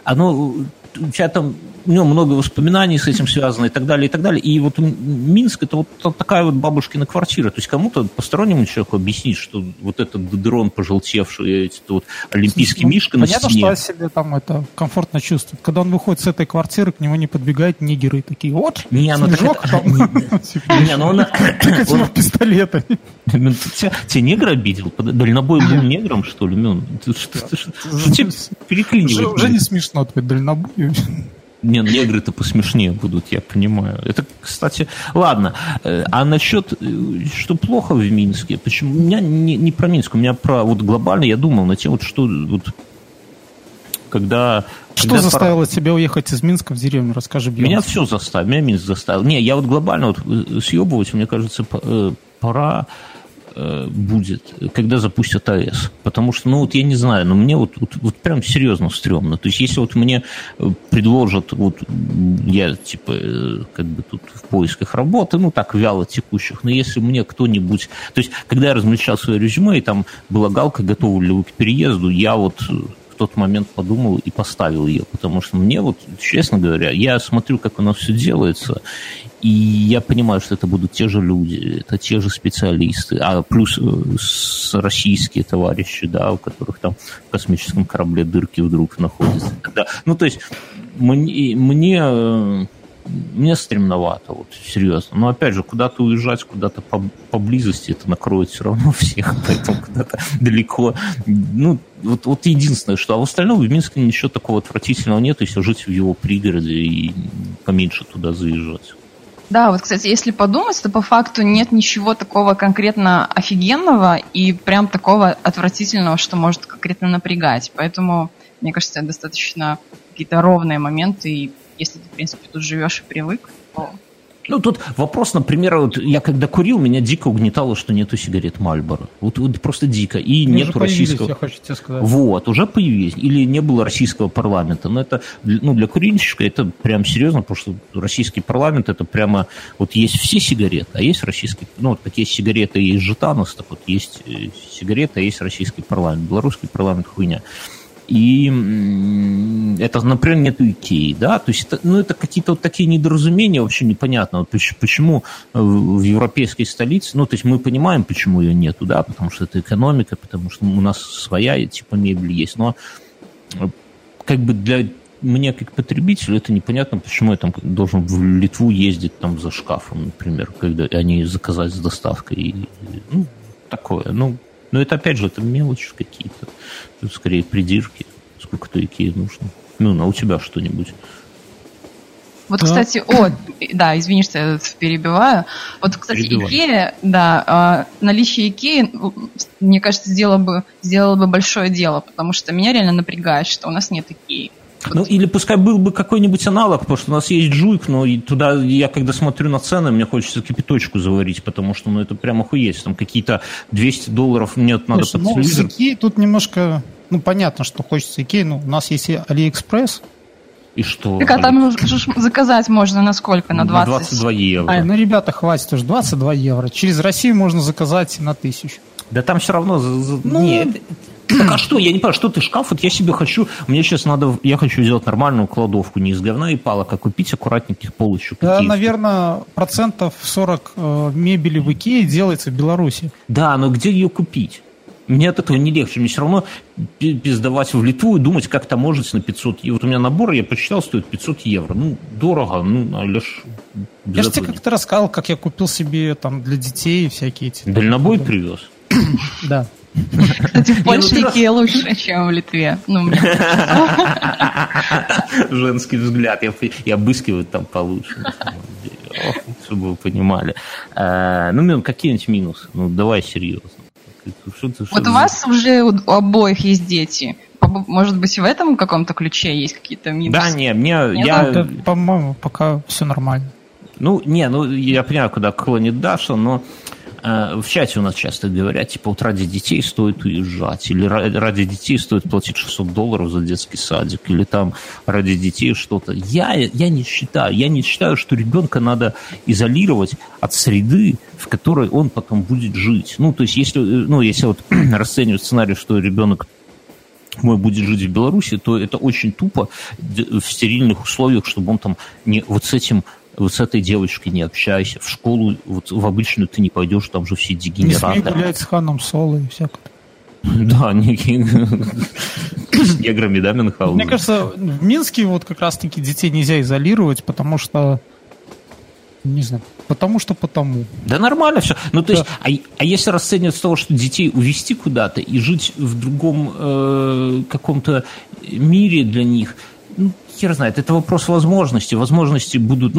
у тебя там у него много воспоминаний с этим связано и так далее, и так далее. И вот Минск – это вот такая вот бабушкина квартира. То есть кому-то постороннему человеку объяснить, что вот этот дрон пожелтевший, это вот олимпийский мишка на стене. Понятно, что о себе там это комфортно чувствует. Когда он выходит с этой квартиры, к нему не подбегают нигеры такие, вот, снежок там. Не, ну он... пистолета. Тебя негр обидел? Дальнобой был негром, что ли? Что тебя переклинивает? Уже не смешно твой дальнобой. Не, негры-то посмешнее будут, я понимаю. Это, кстати, ладно. А насчет, что плохо в Минске, почему? У меня не про Минск, у меня про вот глобально, я думал на тему, что вот когда заставило тебя уехать из Минска в деревню? Расскажи, Бьерн. Меня все заставило, меня Минск заставил. Не, я вот глобально вот съебывать, мне кажется, пора будет, когда запустят АЭС. Потому что, ну вот я не знаю, но мне вот прям серьезно стрёмно. То есть если вот мне предложат, вот я типа как бы тут в поисках работы, ну так вяло текущих, но если мне кто-нибудь... То есть когда я размещал свое резюме, и там была галка, готова ли вы к переезду, я вот в тот момент подумал и поставил ее, потому что мне вот, честно говоря, я смотрю, как у нас все делается, и я понимаю, что это будут те же люди, это те же специалисты, а плюс российские товарищи, да, у которых там в космическом корабле дырки вдруг находятся. Да. Ну, то есть мне стремновато, вот, серьезно. Но, опять же, куда-то уезжать, куда-то поблизости, это накроет все равно всех, поэтому куда-то далеко. Ну, вот единственное, что... А в остальном в Минске ничего такого отвратительного нет, если жить в его пригороде и поменьше туда заезжать. Да, вот, кстати, если подумать, то по факту нет ничего такого конкретно офигенного и прям такого отвратительного, что может конкретно напрягать. Поэтому, мне кажется, достаточно какие-то ровные моменты, и если ты, в принципе, тут живешь и привык, то... Ну, тут вопрос, например, вот я когда курил, меня дико угнетало, что нету сигарет Мальборо. Вот просто дико. И нету российского... Я хочу тебе сказать. Вот, уже появились. Или не было российского парламента. Но это, ну, для курильщика это прям серьезно, потому что российский парламент это прямо... Вот есть все сигареты, а есть российский... Ну, вот как есть сигареты, есть Житанос, так вот есть сигареты, а есть российский парламент. Белорусский парламент хуйня. И это, например, нету Икеи, да, то есть это, ну, это какие-то вот такие недоразумения, вообще непонятно, вот почему в европейской столице, ну, то есть мы понимаем, почему ее нету, да, потому что это экономика, потому что у нас своя типа мебель есть, но как бы для мне как потребителю это непонятно, почему я там должен в Литву ездить там за шкафом, например, когда они заказать с доставкой, и, ну, такое, ну. Но это, опять же, это мелочи какие-то. Тут скорее придирки. Сколько-то Икеи нужно. Ну, а у тебя что-нибудь? Вот, кстати, да, извини, что я перебиваю. Вот, кстати, Икея, да, наличие Икеи, мне кажется, сделало бы большое дело, потому что меня реально напрягает, что у нас нет Икеи. Ну, или пускай был бы какой-нибудь аналог, потому что у нас есть Жуйк, но туда я, когда смотрю на цены, мне хочется кипяточку заварить, потому что, ну, это прям охуеть. Там какие-то $200 мне надо под телевизор. С Икеей тут немножко, ну, понятно, что хочется Икеи, но у нас есть и Алиэкспресс, И что? Так, а там заказать можно на сколько? На 20? 22 евро. Ну, ребята, хватит уже, 22 евро. Через Россию можно заказать на 1000. Да там все равно... Нет. Так а что? Я не понимаю, что ты шкаф? Вот я себе хочу... Мне сейчас надо... Я хочу сделать нормальную кладовку, не из говна и палок, а купить аккуратненьких полочек. Да, наверное, 40% мебели в Икее делается в Беларуси. Да, но где ее купить? Мне от этого не легче. Мне все равно пиздавать в Литву и думать, как там может на 500 евро. Вот у меня набор, я посчитал, стоит 500 евро. Ну, дорого, лишь... Я же тебе как-то рассказал, как я купил себе там для детей всякие эти... Дальнобой привез? Да. Кстати, в Польше Икея лучше, чем в Литве. Женский взгляд. И обыскивают там получше. Чтобы вы понимали. Ну, какие-нибудь минусы? Ну, давай серьезно. Вот у вас уже у обоих есть дети. Может быть, в этом каком-то ключе есть какие-то минусы? Да, нет, по-моему, пока все нормально. Я понимаю, куда клонит Даша, но в чате у нас часто говорят, типа, вот ради детей стоит уезжать, или ради детей стоит платить $600 за детский садик, или там ради детей что-то. Я не считаю, что ребенка надо изолировать от среды, в которой он потом будет жить. Ну, то есть, если вот расценивать сценарий, что ребенок мой будет жить в Беларуси, то это очень тупо в стерильных условиях, чтобы он там не вот с этой девочкой не общайся, в школу, вот в обычную ты не пойдешь, там же все дегенераты. Не смей гулять с Ханом Соло и всякое. Да, с неграми, да, Мюнхгаузен? Мне кажется, в Минске вот как раз-таки детей нельзя изолировать, потому что, не знаю, потому. Да нормально все. Ну, то есть, а если расценивать с того, что детей увезти куда-то и жить в другом каком-то мире для них, ну, хер знает, это вопрос возможностей. Возможности будут,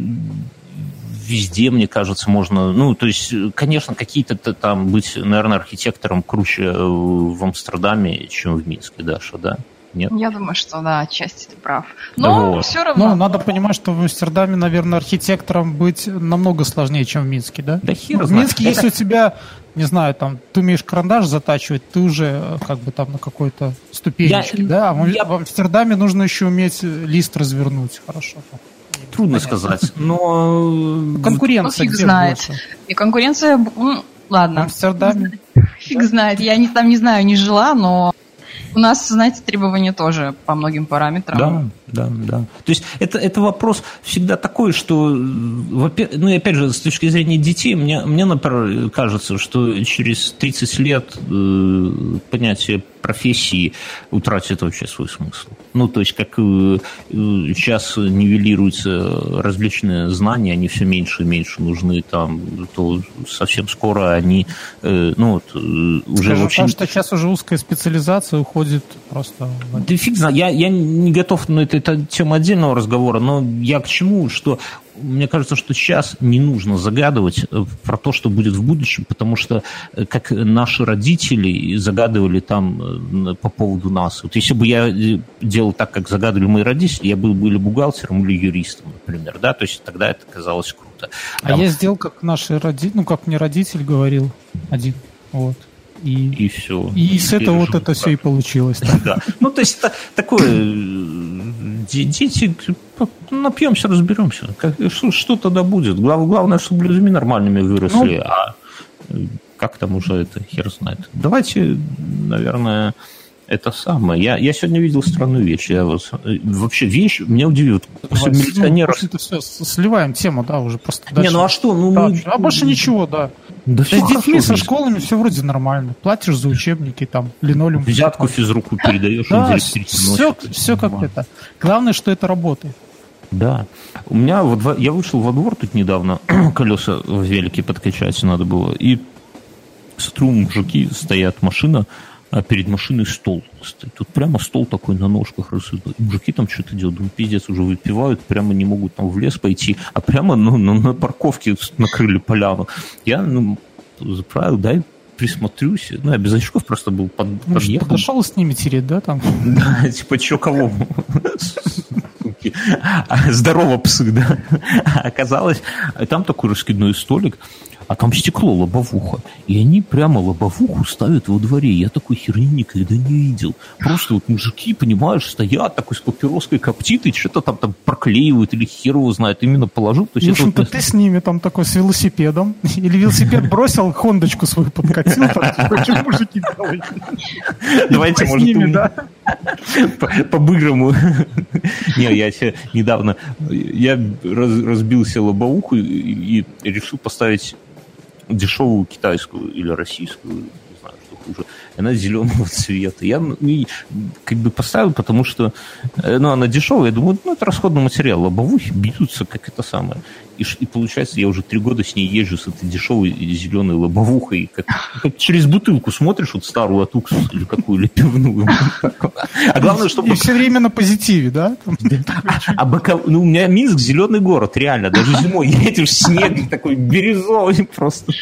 везде, мне кажется, можно, то есть, конечно, какие-то там быть, наверное, архитектором круче в Амстердаме, чем в Минске, Даша, да? Нет? Я думаю, что да, отчасти ты прав. Но все равно. Надо понимать, что в Амстердаме, наверное, архитектором быть намного сложнее, чем в Минске, да? Да хер знает. В Минске, если у тебя, не знаю, там, ты умеешь карандаш затачивать, ты уже как бы там на какой-то ступенечке, да? А в Амстердаме нужно еще уметь лист развернуть хорошо. Трудно сказать, но... Конкуренция фиг знает. Больше? И конкуренция, ладно. В Амстердаме? Фиг знает. Я там не знаю, не жила, но у нас, знаете, требования тоже по многим параметрам. Да. То есть это вопрос всегда такой, что, опять же, с точки зрения детей, мне, например, кажется, что через 30 лет понятие профессии утратит вообще свой смысл. Ну, то есть, как сейчас нивелируются различные знания, они все меньше и меньше нужны там, то совсем скоро они, уже Скажем, вообще... Потому что сейчас уже узкая специализация уходит просто... Да фиг знает, я не готов, это тема отдельного разговора, но я к чему, что мне кажется, что сейчас не нужно загадывать про то, что будет в будущем, потому что как наши родители загадывали там по поводу нас. Вот если бы я делал так, как загадывали мои родители, я был бы или бухгалтером, или юристом, например, да, то есть тогда это казалось круто. А я сделал, как наши родители, как мне родитель говорил один, вот. И все. И с этого вот это все и получилось. Да. Ну, то есть, это такое... Дети... Напьемся, разберемся. Что тогда будет? Главное, чтобы людьми нормальными выросли. А как там уже это, хер знает. Давайте, наверное... Это самое. Я сегодня видел странную вещь. Вообще вещь меня удивила. После милиционера... Все, сливаем тему, да, уже просто дальше. А что? А больше ничего, да. Да с детьми, со школами все вроде нормально. Платишь за учебники, там, линолеум. Взятку физруку передаешь, он директрисе носит. Все как это. Главное, что это работает. Да. У меня я вышел во двор тут недавно, колеса в велике подкачать надо было, и смотрю, мужики стоят, машина, а перед машиной стол стоит. Тут прямо стол такой на ножках рассыпан. И мужики там что-то делают. Думаю, пиздец, уже выпивают, прямо не могут там в лес пойти, а прямо на парковке накрыли поляну. Я заправил, присмотрюсь. Я без очков просто был подъехал. Подошел с ними тереть, да, там? Да, типа, чё, кого? Здорово, псы, да. Оказалось, там такой раскидной столик. а там стекло, лобовуха. И они прямо лобовуху ставят во дворе. Я такой херни никогда не видел. Просто вот мужики, понимаешь, стоят такой с папироской коптит и что-то там проклеивают или хер его знает. Именно положил. То есть в общем-то, ты с ними там такой с велосипедом. Или велосипед бросил, хондочку свою подкатил. Почему мужики делают? Давайте, может, по-бырому. Не, я недавно разбил себе лобовуху и решил поставить дешевую китайскую или российскую, не знаю, что хуже. Она зеленого цвета. Я как бы поставил, потому что она дешевая. Я думаю, это расходный материал. Лобовухи бьются, как это самое. И получается, я уже 3 года с ней езжу, с этой дешевой зеленой лобовухой. Как через бутылку смотришь, вот старую от уксуса или какую, или пивную. А главное, чтобы... И все время на позитиве, да? У меня Минск зеленый город, реально. Даже зимой едешь, снег такой бирюзовый просто.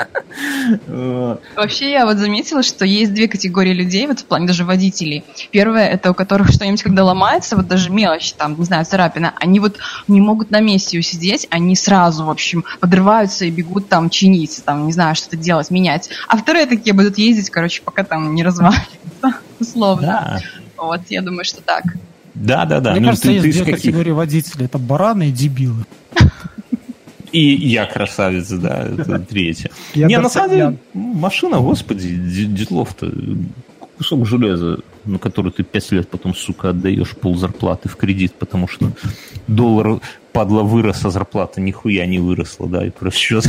Вообще, я вот заметила, что есть 2 категории людей, вот в плане даже водителей. Первое, это у которых что-нибудь, когда ломается, вот даже мелочь, там, не знаю, царапина, они вот не могут на месте усидеть, они сразу, в общем, подрываются и бегут там чинить, там, не знаю, что-то делать, менять. А вторые такие будут ездить, короче, пока там не развалится, условно. Да. Вот, я думаю, что так. Да. Мне кажется, есть 2 категории водителей. Это бараны и дебилы. И я красавец, да, это 3. Не, на самом деле, машина, господи, Дитлов-то, кусок железа, на который ты 5 лет потом, сука, отдаешь ползарплаты в кредит, потому что доллар, падла, вырос, а зарплата нихуя не выросла, да, и про счет.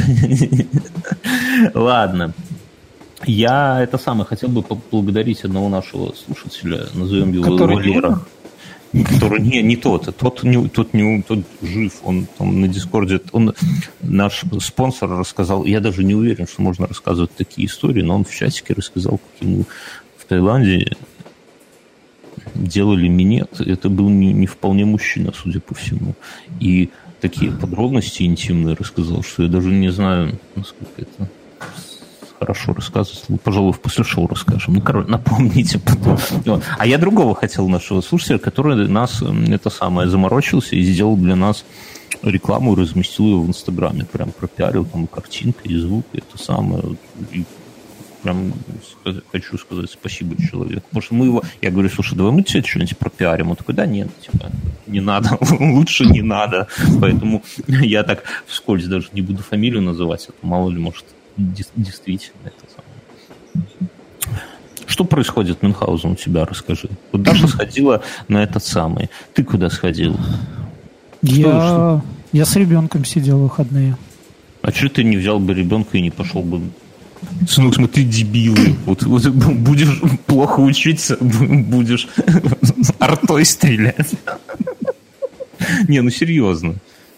Ладно. Я хотел бы поблагодарить одного нашего слушателя, назовем его Валера. Который не тот. Тот жив, он там на Дискорде. Наш спонсор рассказал, я даже не уверен, что можно рассказывать такие истории, но он в чатике рассказал, как ему в Таиланде делали минет. Это был не вполне мужчина, судя по всему. И такие подробности интимные рассказал, что я даже не знаю, насколько это хорошо рассказывать. Пожалуй, после шоу расскажем. Напомните потом. А я другого хотел нашего слушателя, который нас заморочился и сделал для нас рекламу и разместил ее в Инстаграме. Прям пропиарил там и картинка, и звук, и это самое. И прям хочу сказать спасибо человеку. Потому что я говорю, слушай, давай мы тебе что-нибудь пропиарим. Он такой, да нет, не надо, лучше не надо. Поэтому я так вскользь даже не буду фамилию называть, это мало ли, может, действительно это самое. Что происходит в Мюнхгаузен у тебя, расскажи. Вот Даша сходила на этот самый. Ты куда сходил? Я с ребенком сидел в выходные. А что ты не взял бы ребенка и не пошел бы? Сынок, смотри, дебил. Вот будешь плохо учиться, будешь артой стрелять. Не, серьезно.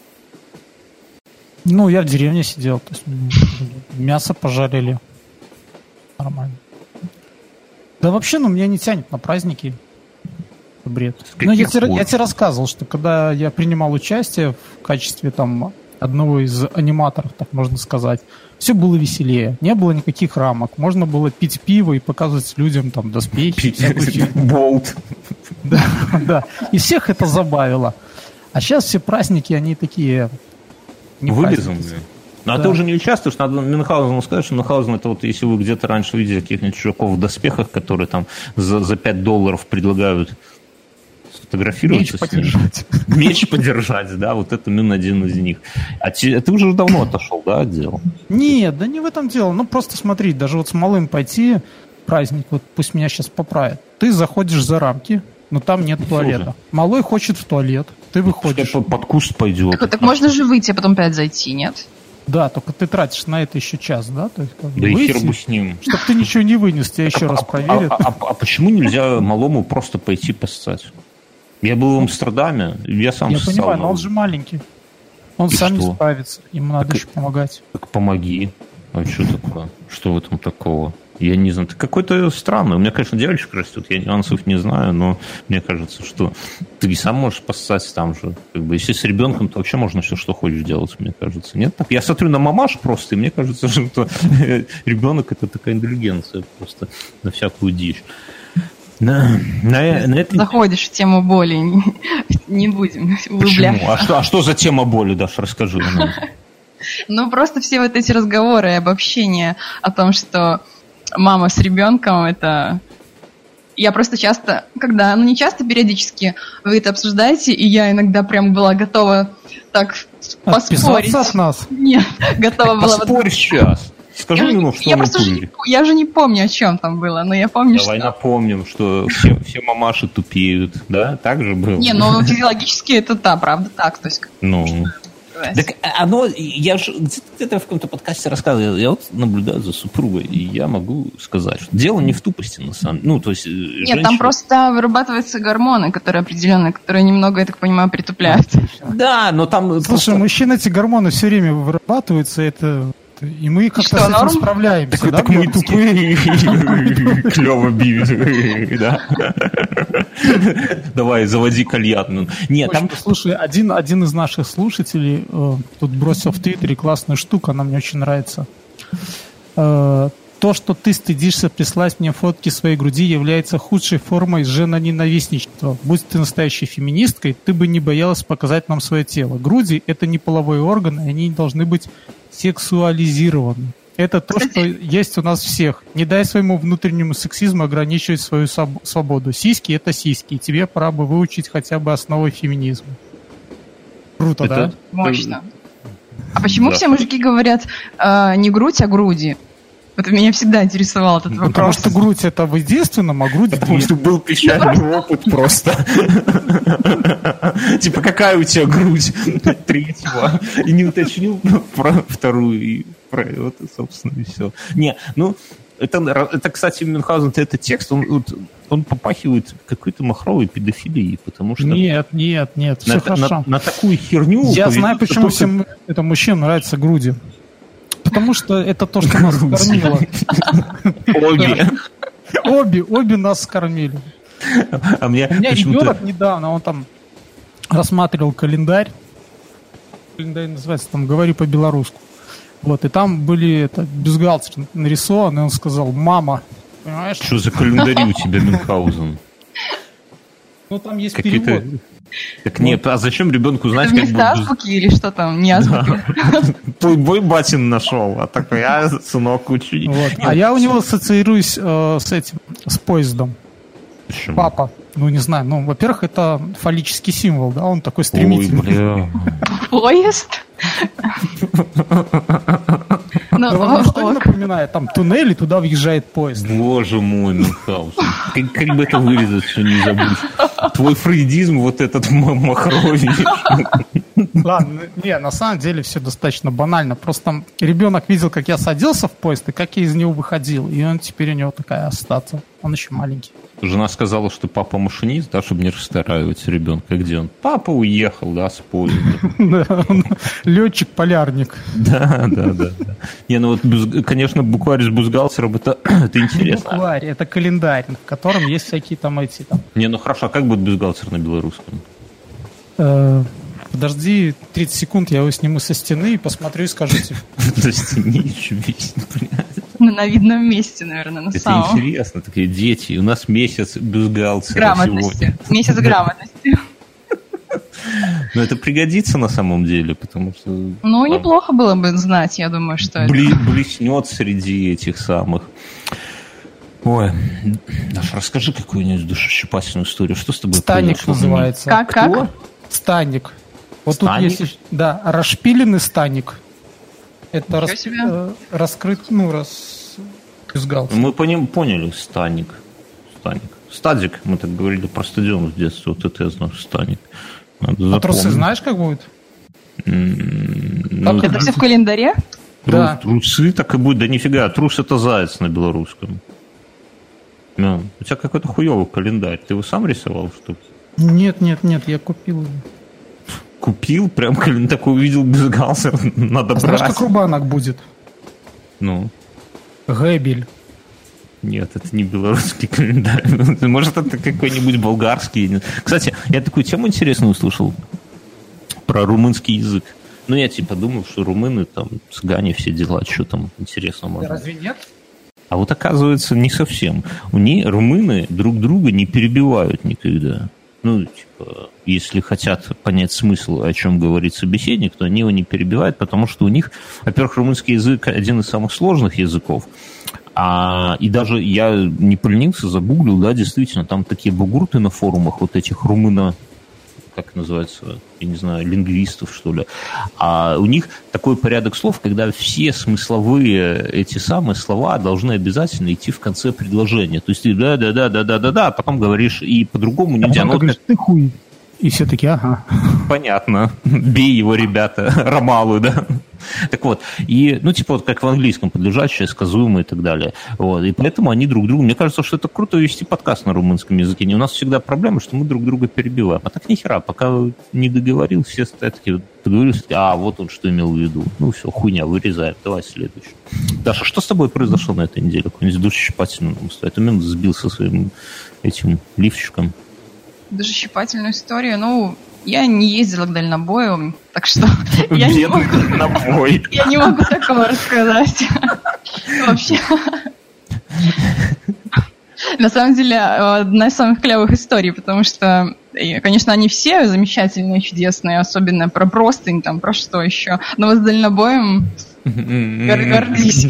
Я в деревне сидел, то есть мясо пожарили. Нормально. Да вообще, меня не тянет на праздники. Бред. Я тебе рассказывал, что когда я принимал участие в качестве одного из аниматоров, так можно сказать, все было веселее. Не было никаких рамок. Можно было пить пиво и показывать людям доспехи. Болт. Да. И всех это забавило. А сейчас все праздники, они такие... Вылизанные. А ты уже не участвуешь, надо Мюнхгаузену сказать, что Мюнхгаузен это если вы где-то раньше видели каких-нибудь чуваков в доспехах, которые там за $5 предлагают сфотографироваться. Меч подержать, да, вот это один из них. А ты уже давно отошел, да, от дела? Нет, да не в этом дело. Просто смотри, даже с малым пойти, праздник, пусть меня сейчас поправят. Ты заходишь за рамки, но там нет туалета. Малой хочет в туалет, ты выходишь. Под куст пойдет. Так можно же выйти, а потом опять зайти, нет? Да, только ты тратишь на это еще час, да? То есть, да и хер бы с ним. Чтобы ты ничего не вынес, тебя еще раз проверят. А почему нельзя малому просто пойти поссать? Я был в Амстердаме, я сам ссал. Я понимаю, но он же маленький. Он сам не справится, ему надо еще помогать. Так помоги. А что такое? Что в этом такого? Я не знаю, ты какой-то странный. У меня, конечно, девочка растет, я нюансов не знаю, но мне кажется, что ты и сам можешь поссать там же. Если с ребенком, то вообще можно все, что хочешь делать, мне кажется. Нет? Я смотрю на мамаш просто, и мне кажется, что ребенок это такая интеллигенция просто на всякую дичь. Заходишь в тему боли, не будем углубляться. Почему? А что за тема боли, Даша, расскажи нам. Ну, просто все вот эти разговоры и обобщения о том, что мама с ребенком, это... Я просто часто, когда... Ну, не часто, периодически вы это обсуждаете, и я иногда прям была готова так поспорить. Отписаться от нас? Нет, готова была... Поспорь сейчас. Скажи ему, что мы пули. Я уже не помню, о чем там было, но я помню, Давай напомним, что все мамаши тупеют, да? Так же было? Не, ну физиологически это правда так. То есть, ну... Так оно, я же где-то в каком-то подкасте рассказывал, я вот наблюдаю за супругой, и я могу сказать, что дело не в тупости, на самом деле. Ну, то есть, Нет, женщина... там просто вырабатываются гормоны, которые определенные, которые немного, я так понимаю, притупляют. Да, но там... Слушай, просто... мужчины эти гормоны все время вырабатываются, и мы как-то с этим справляемся. Так мы тупые, клево бьют, да? Давай, заводи кальян. Нет, там... Слушай, один из наших слушателей тут бросил в Твиттере классную штуку, она мне очень нравится. То, что ты стыдишься прислать мне фотки своей груди, является худшей формой женоненавистничества. Будь ты настоящей феминисткой, ты бы не боялась показать нам свое тело. Груди – это не половой орган, и они не должны быть сексуализированы. Это то, что есть у нас всех. Не дай своему внутреннему сексизму ограничивать свою свободу. Сиськи – это сиськи, и тебе пора бы выучить хотя бы основы феминизма. Круто, да? Мощно. А почему все мужики говорят не грудь, а груди? Вот меня всегда интересовал этот вопрос. Потому что грудь это в единственном, а грудь... Потому что был печальный опыт просто. Типа, какая у тебя грудь? Третьего. И не уточнил про вторую. И про это, собственно, и все. Не, ну, это, кстати, Мюнхгаузен, это текст, он попахивает какой-то махровой педофилией, потому что... Нет, все хорошо. На такую херню... Я знаю, почему всем этим мужчинам нравятся груди. Потому что это то, что нас кормило. Обе нас кормили. У меня ребенок недавно, он там рассматривал календарь. Календарь называется, там, «Говори по-белорусски». Вот, и там были бюстгальтеры нарисованы, и он сказал: «Мама». Понимаешь? Что за календари у тебя, Мюнхгаузен? Ну, там есть перевод. Так нет, а зачем ребенку знать, как бы... азбуки или что там, не азбуки? Твой батин нашел, а такой, сынок, учи. А я у него ассоциируюсь с поездом. Почему? Папа. Ну, не знаю. Ну, во-первых, это фаллический символ, да, он такой стремительный. Ой, бля. Поезд? Ну, что напоминает? Там туннель, и туда въезжает поезд. Боже мой, Мюнхгаузен. Как бы это вырезать, все не забудь. Твой фрейдизм, вот этот махровый. Ладно, не, на самом деле все достаточно банально. Просто ребенок видел, как я садился в поезд, и как я из него выходил. И он теперь у него такая ассоциация. Он еще маленький. Жена сказала, что папа машинист, да, чтобы не расстраивать ребенка. Где он? Папа уехал, да, с поезда. Да, он летчик-полярник. Да. Не, ну вот, конечно, букварь с бюстгальтером, это интересно. Букварь, это календарь, в котором есть всякие там эти там. Не, ну хорошо, а как будет бюстгальтер на белорусском? Подожди 30 секунд, я его сниму со стены и посмотрю и скажу тебе. До стены еще весь, блядь. На видном месте, наверное, на самом. Это интересно, такие дети. У нас месяц бюстгальтера грамотности. сегодня. Месяц грамотности. Но это пригодится на самом деле, потому что... Ну, неплохо было бы знать, я думаю, что это... Блеснет среди этих самых... Ой, Даша, расскажи какую-нибудь душещипательную историю. Что с тобой Станик называется. Как? Станик. Вот станик? Тут есть, да, расшпиленный станик. Это раскрыт, бюстгальтер. Мы поняли, станик. Стадик, мы так говорили про стадион в детстве, вот это я знаю, станик. А трусы знаешь, как будет? Это все в календаре? Да. Трусы так и будет, да нифига, трус это заяц на белорусском. У тебя какой-то хуёвый календарь, ты его сам рисовал, что ли? Нет, я купил его. Купил? Прям такой увидел бюстгальтер, надо брать. Знаешь, как рубанок будет? Ну? Гэбель. Нет, это не белорусский календарь. Может, это какой-нибудь болгарский. Кстати, я такую тему интересную услышал про румынский язык. Ну, я типа думал, что румыны, там, цыгане, все дела, что там интересного. Разве нет? А вот оказывается, не совсем. Румыны друг друга не перебивают никогда. ну, типа, если хотят понять смысл, о чем говорит собеседник, то они его не перебивают, потому что у них, во-первых, румынский язык один из самых сложных языков. И даже я не поленился, загуглил, да, действительно, там такие бугурты на форумах вот этих румыно, как называется, я не знаю, лингвистов, что ли. А у них такой порядок слов, когда все смысловые эти самые слова должны обязательно идти в конце предложения. То есть ты да, а потом говоришь, и по-другому нельзя. А потом говоришь, ты хуй. И все таки ага. Понятно. Бей его, ребята. Ромалу, да. Так вот. И, ну, типа, вот как в английском, подлежащее, сказуемое и так далее. Вот. И поэтому они друг другу... Мне кажется, что это круто вести подкаст на румынском языке. У нас всегда проблема, что мы друг друга перебиваем. А так нихера. Пока не договорил, все стоят такие, договорились, вот он что имел в виду. Ну, все, хуйня, вырезаем. Давай следующий. Даша, что с тобой произошло на этой неделе? Какой-нибудь душещипательный стоит. Он сбился своим этим лифчиком. Душещипательную историю. Ну, я не ездила к дальнобою, так что я не могу такого рассказать. Вообще. На самом деле, одна из самых клевых историй, потому что, конечно, они все замечательные, чудесные, особенно про простынь, там, про что еще. Но вот с дальнобоем гордись.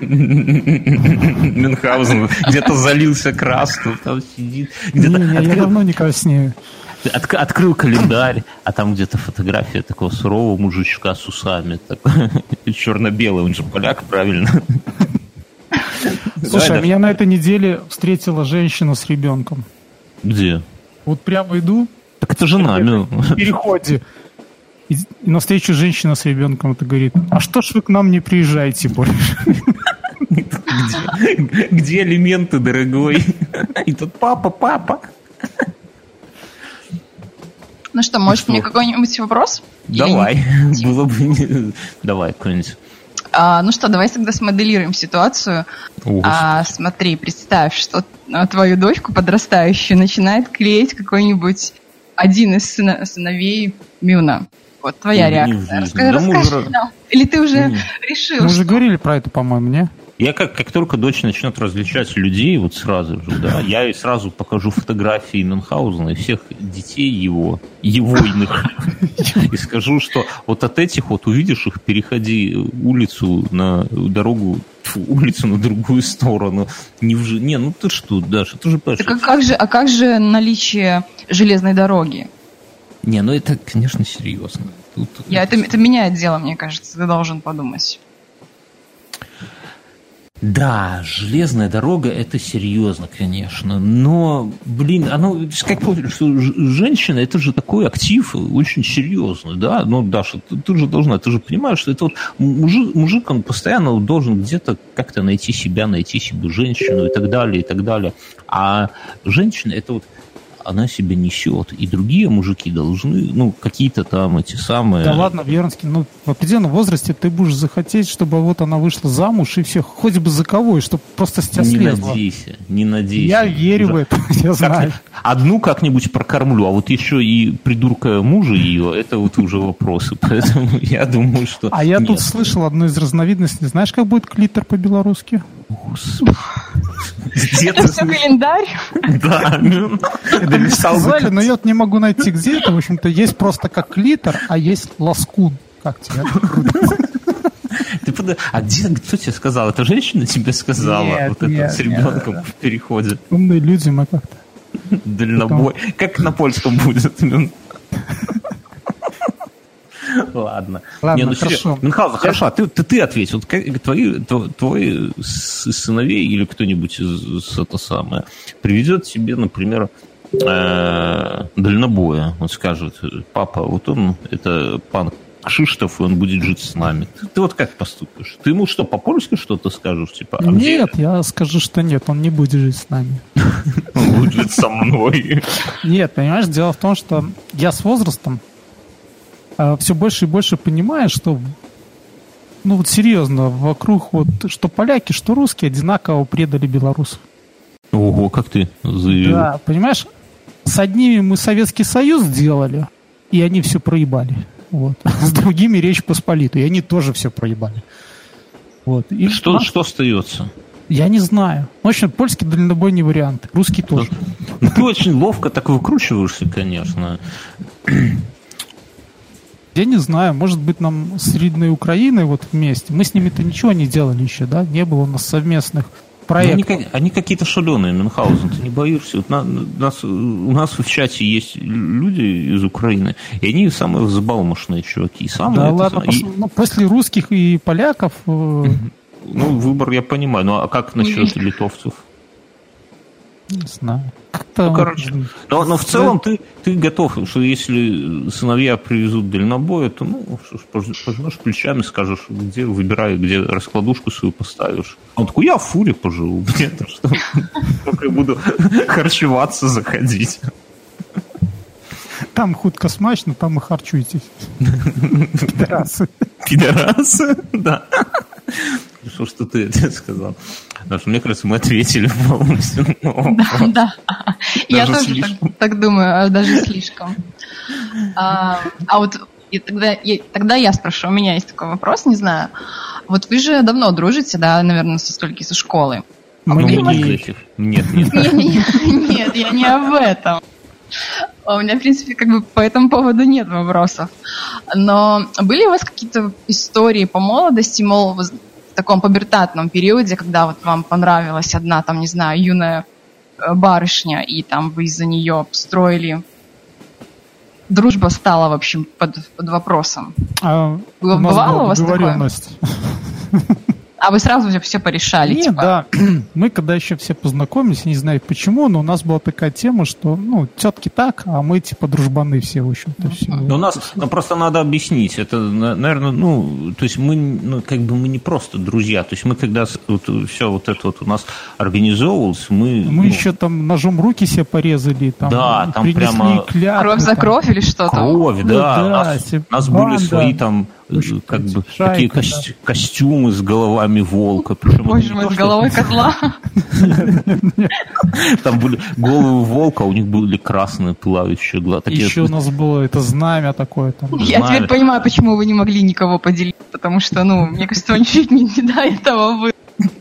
Мюнхгаузен где-то залился красным, там сидит. Я давно не краснею. Открыл календарь, а там где-то фотография такого сурового мужичка с усами. Черно-белый, он же поляк, правильно? Слушай, меня на этой неделе встретила женщина с ребенком. Где? Вот прямо иду. Так это жена. В переходе. И навстречу женщина с ребенком это говорит: а что ж вы к нам не приезжаете больше? Где алименты, дорогой? И тут папа. Ну что, может, мне какой-нибудь вопрос? Давай. Было бы... Давай, какой-нибудь. Ну что, давай тогда смоделируем ситуацию. Смотри, представь, что твою дочку подрастающую начинает клеить какой-нибудь один из сыновей Мюна. Вот твоя реакция. Расскажи нам. Или ты уже решил? Мы уже говорили про это, по-моему, не? Я как только дочь начнет различать людей, вот сразу же, да, я ей сразу покажу фотографии Мюнхгаузена и всех детей его иных, и скажу, что вот от этих вот увидишь их, переходи улицу на дорогу, улицу на другую сторону. Ну ты что, Даша, ты же понимаешь. Так как же наличие железной дороги? Не, ну это, конечно, серьезно. Это меняет дело, мне кажется, ты должен подумать. Да, железная дорога – это серьезно, конечно, но, как помнишь, что женщина – это же такой актив очень серьезный, да, ну, Даша, ты же должна, ты же понимаешь, что это вот мужик, он постоянно должен где-то как-то найти себя, найти себе женщину и так далее, а женщина – это вот она себя несет, и другие мужики должны, какие-то там эти самые... Да ладно, Вернский, в определенном возрасте ты будешь захотеть, чтобы вот она вышла замуж, и все, хоть бы за кого, и чтобы просто с тебя слезла. Не надейся. Я верю в это, я знаю. Одну как-нибудь прокормлю, а вот еще и придурка мужа ее, это вот уже вопросы, поэтому я думаю, что... А я тут слышал одну из разновидностей, знаешь, как будет клитор по-белорусски? Это все календарь? Да. Это сказали, но я вот не могу найти где это. В общем-то, есть просто как клитор, а есть лоскун. Как тебе? А кто тебе сказал? Это женщина тебе сказала? Нет, с ребенком в переходе. Умные люди мы как-то. Дальнобой. Как на польском будет? Ладно, хорошо. Мюнхгаузен, хорошо, а ты ответь. Вот твои сыновей или кто-нибудь из это самое приведет тебе, например, дальнобоя. Он скажет: папа, вот он, это пан Кшиштоф, и он будет жить с нами. Ты вот как поступишь? Ты ему что, по-польски что-то скажешь? Типа, нет, я скажу, что нет, он не будет жить с нами. Он будет жить со мной. Нет, понимаешь, дело в том, что я с возрастом все больше и больше понимаю, что, серьезно, вокруг что поляки, что русские одинаково предали белорусов. Ого, как ты заявил. Да, понимаешь, с одними мы Советский Союз сделали, и они все проебали. Вот. С другими Речь Посполитую, и они тоже все проебали. Вот. И что остается? Я не знаю. В общем, польский дальнобойный вариант, русский тоже. Ну, ты очень ловко так выкручиваешься, конечно. Я не знаю, может быть, нам с Ридной Украиной вот вместе, мы с ними-то ничего не делали еще, да? Не было у нас совместных проектов. Они какие-то шаленые, Мюнхгаузен, ты не боишься? Вот у нас в чате есть люди из Украины, и они самые взбалмошные чуваки. Да ладно, после русских и поляков... Ну, выбор я понимаю, ну а как насчет литовцев? Не знаю. Ну, короче, но в целом ты готов, что если сыновья привезут дальнобоя, то, ну, что ж, пожмешь плечами, скажешь, где выбирай, где раскладушку свою поставишь. Он такой, я в фуре поживу, где-то, что только я буду харчеваться, заходить. Там хутко смачно, там и харчуйтесь. Пидорасы. Пидорасы? Да. Что ты это сказал? Потому что, мне кажется, мы ответили полностью. Да. Я тоже так думаю, даже слишком. А вот тогда я спрошу, у меня есть такой вопрос, не знаю. Вот вы же давно дружите, да, наверное, со школы. Нет. Нет, я не об этом. У меня, в принципе, как бы по этому поводу нет вопросов. Но были у вас какие-то истории по молодости, мол, в таком пубертатном периоде, когда вот вам понравилась одна, там, не знаю, юная барышня, и там вы из-за нее строили... Дружба стала, в общем, под вопросом. Бывало у вас такое? А вы сразу все порешали? Нет, типа? Да. Мы когда еще все познакомились, не знаю почему, но у нас была такая тема, что, ну, тетки так, а мы типа дружбаны все, в общем-то. Все. Но у нас просто надо объяснить. Это, наверное, ну, то есть мы, ну, как бы мы не просто друзья. То есть мы когда вот, все вот это вот у нас организовывалось, мы еще там ножом руки себе порезали, там, да, там прямо клятвы, кровь за кровь или что-то? Кровь, да. У нас были свои там как бы такие костюмы с головами волка. Боже мой, с головой козла. Там были головы волка, у них были красные пылающие глаза. Еще у нас было это знамя такое. Я теперь понимаю, почему вы не могли никого поделить, потому что, ну, мне кажется, он чуть не до этого был.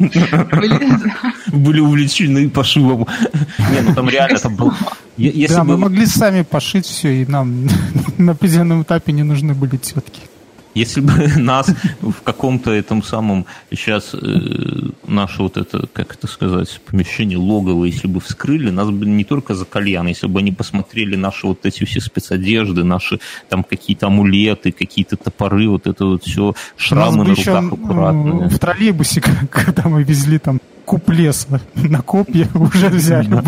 Были увлечены пошивом. Не, ну там реально там был... Да, мы могли сами пошить все, и нам на определенном этапе не нужны были тетки. Если бы нас в каком-то этом самом сейчас наше вот это, как это сказать, помещение логовое, если бы вскрыли, нас бы не только за кальян, если бы они посмотрели наши вот эти все спецодежды, наши там какие-то амулеты, какие-то топоры, вот это вот все, шрамы на руках аккуратные. В троллейбусе, когда мы везли там куб леса на копья, уже взяли.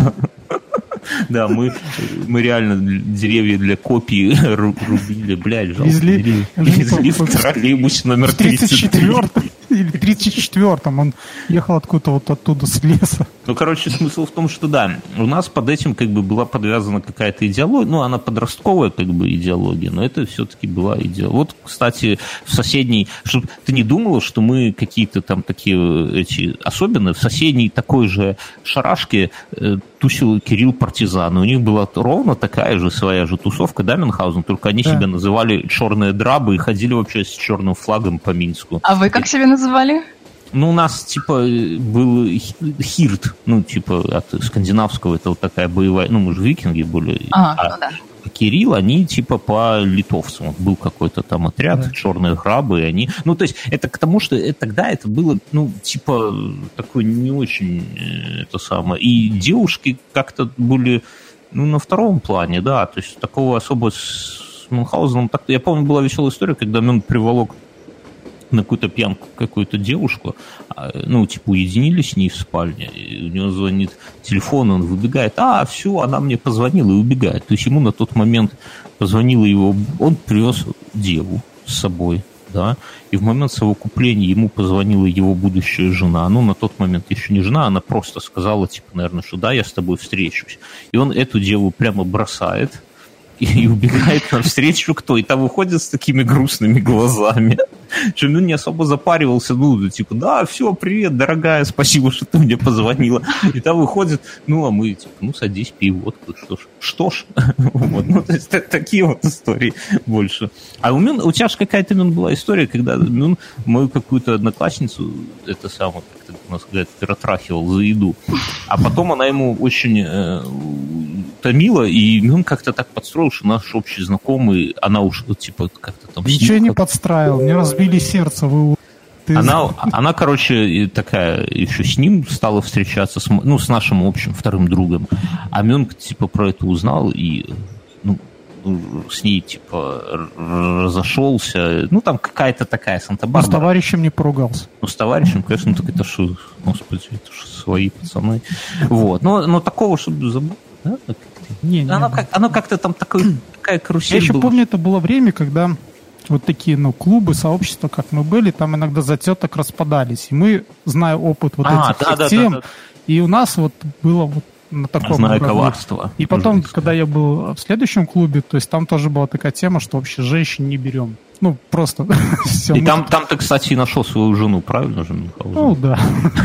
Да, мы реально деревья для копий рубили, блядь, жалко. Везли в троллейбусе номер 33. Или 34-м, он ехал откуда-то вот оттуда с леса. Ну, короче, смысл в том, что да, у нас под этим как бы была подвязана какая-то идеология, ну, она подростковая как бы идеология, но это все-таки была идеология. Вот, кстати, в соседней, чтобы ты не думала, что мы какие-то там такие эти особенные, в соседней такой же шарашке тусил Кирилл Партизан, и у них была ровно такая же своя же тусовка, да, Мюнхгаузен, только они себя называли черные драбы и ходили вообще с черным флагом по Минску. А вы как себя называли? Ну, у нас, типа, был хирт, ну, типа, от скандинавского, это вот такая боевая, ну, мы же викинги были. Ну, да. Кирилл, они, типа, по литовцам. Вот был какой-то там отряд, черные храбы, и они... Ну, то есть, это к тому, что тогда это было, ну, типа, такое не очень это самое. И девушки как-то были, ну, на втором плане, да, то есть, такого особо с Мюнхгаузеном... Я помню, была веселая история, когда Мюн приволок на какую-то пьянку какую-то девушку, ну, типа, уединились с ней в спальне, и у него звонит телефон, он выбегает, все, она мне позвонила и убегает. То есть ему на тот момент позвонила его, он привез деву с собой, да, и в момент совокупления ему позвонила его будущая жена, ну, на тот момент еще не жена, она просто сказала, типа, наверное, что да, я с тобой встречусь. И он эту деву прямо бросает и убегает навстречу кто? И там выходит с такими грустными глазами. Что он не особо запаривался, ну, типа, да, все, привет, дорогая, спасибо, что ты мне позвонила. И там выходит, ну, а мы, типа, ну, садись, пей водку, что ж. Вот, ну, то есть, такие вот истории больше. А у тебя же какая-то, Мюн, была история, когда, Мюн, мою какую-то одноклассницу, это самое, как-то у нас говорят, перетрахивал за еду. А потом она ему очень томила, и он как-то так подстроил, что наш общий знакомый, она уж типа как-то там... Ничего не подстраивал, мне разбили сердце, вы... Она, короче, такая еще с ним стала встречаться, с нашим общим вторым другом. А Мёнг, типа, про это узнал и, с ней, типа, разошелся. Ну, там какая-то такая Санта-Барбара. С товарищем не поругался. С товарищем, конечно, так это что, господи, это же свои пацаны. Вот. Но такого, чтобы забыть, да? Оно как-то там такая карусель была. Я еще помню, это было время, когда... Вот такие, клубы, сообщества, как мы были, там иногда за теток распадались. И мы, зная опыт этих тем, и у нас вот было вот на таком уровне. Коварство. И потом, когда я был в следующем клубе, то есть там тоже была такая тема, что вообще женщин не берем. Просто все. И там ты, кстати, нашел свою жену, правильно же, Мюнхгаузен? Да.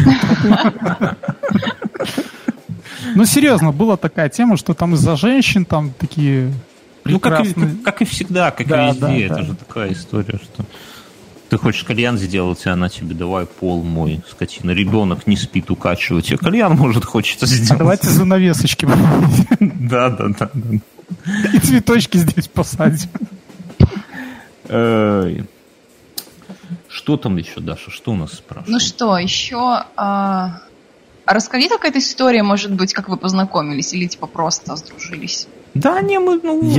Серьезно, была такая тема, что там из-за женщин там такие... как и всегда, как и везде. Это же такая история, что ты хочешь кальян сделать, и она тебе давай пол мой, скотина. Ребенок не спит, укачивать. А кальян, может, хочется сделать. А давайте занавесочки. Да. И цветочки здесь посадим. Что там еще, Даша? Что у нас спрашивают? Еще... расскажи какая-то история, может быть, как вы познакомились, или типа просто сдружились. Да, не, мы...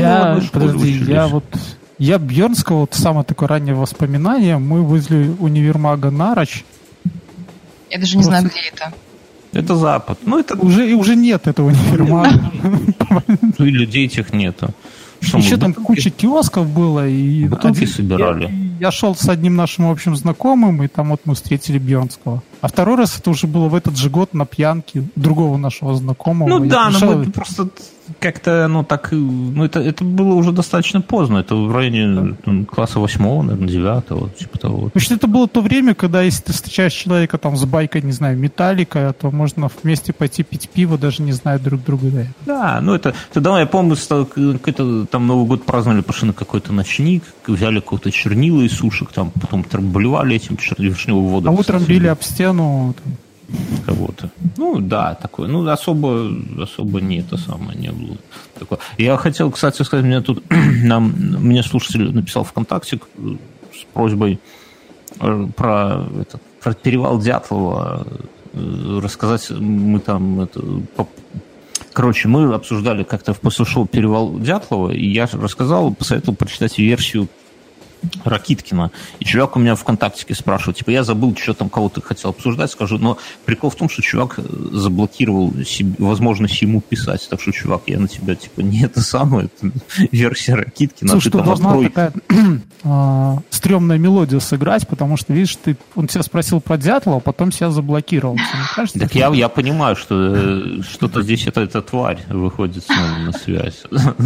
Я Бьернского, самое такое раннее воспоминание, мы возле универмага Нарочь. Я даже не знаю, где это. Это Запад. Это... Уже нет этого универмага. И людей этих нету. Еще там куча киосков было. И бутылки собирали. Я шел с одним нашим общим знакомым, и там вот мы встретили Бьернского. А второй раз это уже было в этот же год на пьянке другого нашего знакомого. Мы просто как-то, это было уже достаточно поздно. Это в районе класса 8-го, наверное, 9-го, типа того. Потому что это было то время, когда если ты встречаешь человека там с байкой, не знаю, Металлика, то можно вместе пойти пить пиво, даже не зная друг друга. Да, тогда я помню, какой-то там Новый год праздновали, пошли на какой-то ночник, взяли какого-то чернила из сушек, там потом трамбовали этим вишневым водой. А утром били об стену. Кого-то. Такое. Особо не это самое не было. Такое. Я хотел, кстати, сказать, мне слушатель написал ВКонтакте с просьбой про перевал Дятлова рассказать. Мы там мы обсуждали как-то после шоу «Перевал Дятлова», и я посоветовал прочитать версию Ракиткина. И чувак у меня ВКонтакте спрашивает, я забыл, что там кого-то хотел обсуждать, скажу, но прикол в том, что чувак заблокировал возможность ему писать. Так что, чувак, я на тебя, не это самое, это версия Ракиткина. Слушай, ты должна такая стрёмная мелодия сыграть, потому что, видишь, он тебя спросил про Дятлова, а потом себя заблокировал. Кажется, так я понимаю, что что-то здесь эта тварь выходит с нами на связь.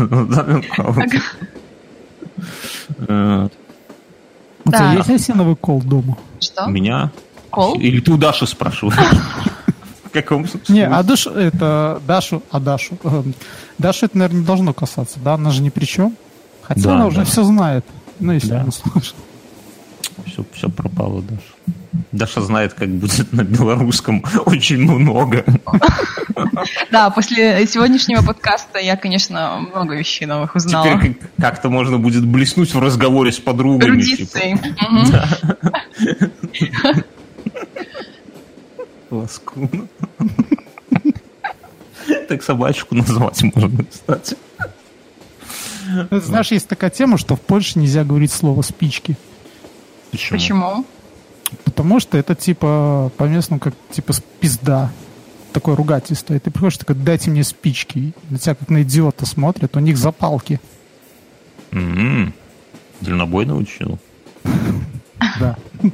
У тебя есть осиновый кол дома? Что? У меня? Кол? Или ты у Даши спрашиваешь? В каком смысле? Не, Дашу. Дашу это, наверное, не должно касаться, да? Она же ни при чем. Хотя она уже все знает. Если не слышит. Все пропало, Даша. Даша знает, как будет на белорусском очень много. Да, после сегодняшнего подкаста я, конечно, много вещей новых узнала. Теперь как-то можно будет блеснуть в разговоре с подругами. Эрудицией. Ласкуна. Так собачку назвать можно, кстати. Знаешь, есть такая тема, что в Польше нельзя говорить слово «спички». Почему? Потому что это по-местному как пизда. Такое ругательство. И ты приходишь, такой, дайте мне спички. На тебя как на идиота смотрят, у них запалки. Дальнобойно учил? Да.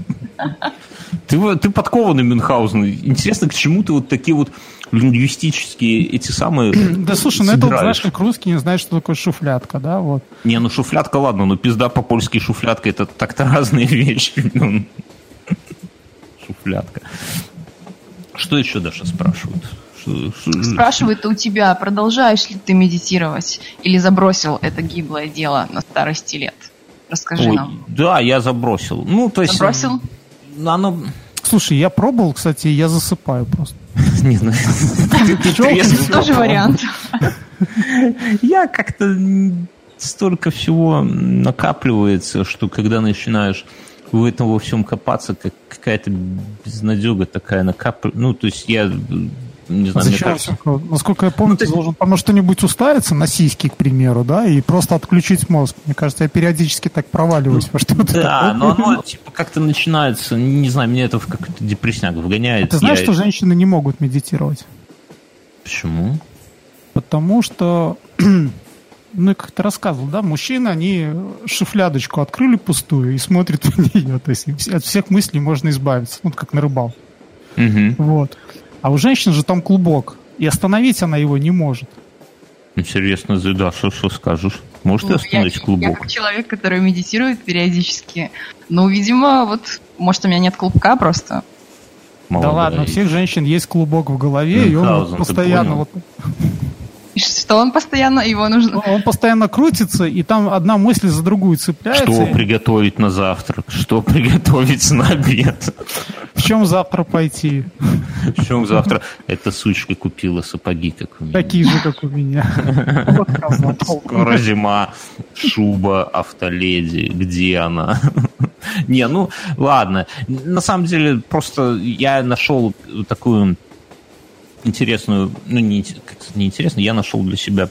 Ты подкованный, Мюнхгаузен. Интересно, к чему ты такие лингвистические эти самые... Да слушай, это знаешь, как русский не знает, что такое шуфлятка, да? Вот. Не, шуфлятка, ладно, но пизда по-польски шуфлятка, это так-то разные вещи. Шуфлятка. Что еще, Даша, спрашивают? Спрашивают у тебя, продолжаешь ли ты медитировать или забросил это гиблое дело на старости лет? Расскажи нам. Да, я забросил. Забросил? Слушай, я пробовал, кстати, я засыпаю просто. Не знаю. Это тоже вариант. Я как-то столько всего накапливается, что когда начинаешь в этом во всем копаться, как какая-то безнадега такая накапливается. Ну, то есть я не знаю, зачем? мне кажется... Насколько я помню, ты должен, по-моему, что-нибудь уставиться на сиськи, к примеру, да, и просто отключить мозг. Мне кажется, я периодически так проваливаюсь во что-то. Да, но оно типа как-то начинается, не знаю, меня это в какой-то депрессняк вгоняет. Ты знаешь, что женщины не могут медитировать? Почему? Потому что, ну, как ты рассказывал, да, мужчины, они шуфлядочку открыли пустую и смотрят в нее. То есть от всех мыслей можно избавиться, вот как на рыбалке. Угу. Вот. А у женщин же там клубок, и остановить она его не может. Интересно, да, что скажешь? Может, ты остановить клубок? Я как человек, который медитирует периодически, ну, видимо, вот, может, у меня нет клубка просто. Молодая. Да ладно, у всех женщин есть клубок в голове, и он постоянно... Вот, что он постоянно, его нужно... Он постоянно крутится, и там одна мысль за другую цепляется. Что приготовить на завтрак? Что приготовить на обед? В чем завтра пойти? В чем завтра? Эта сучка купила сапоги, как у меня. Такие же, как у меня. Скоро зима, шуба, автоледи. Где она? Не, ну, ладно. На самом деле, просто я нашел такую... интересную, ну, не интересную, я нашел для себя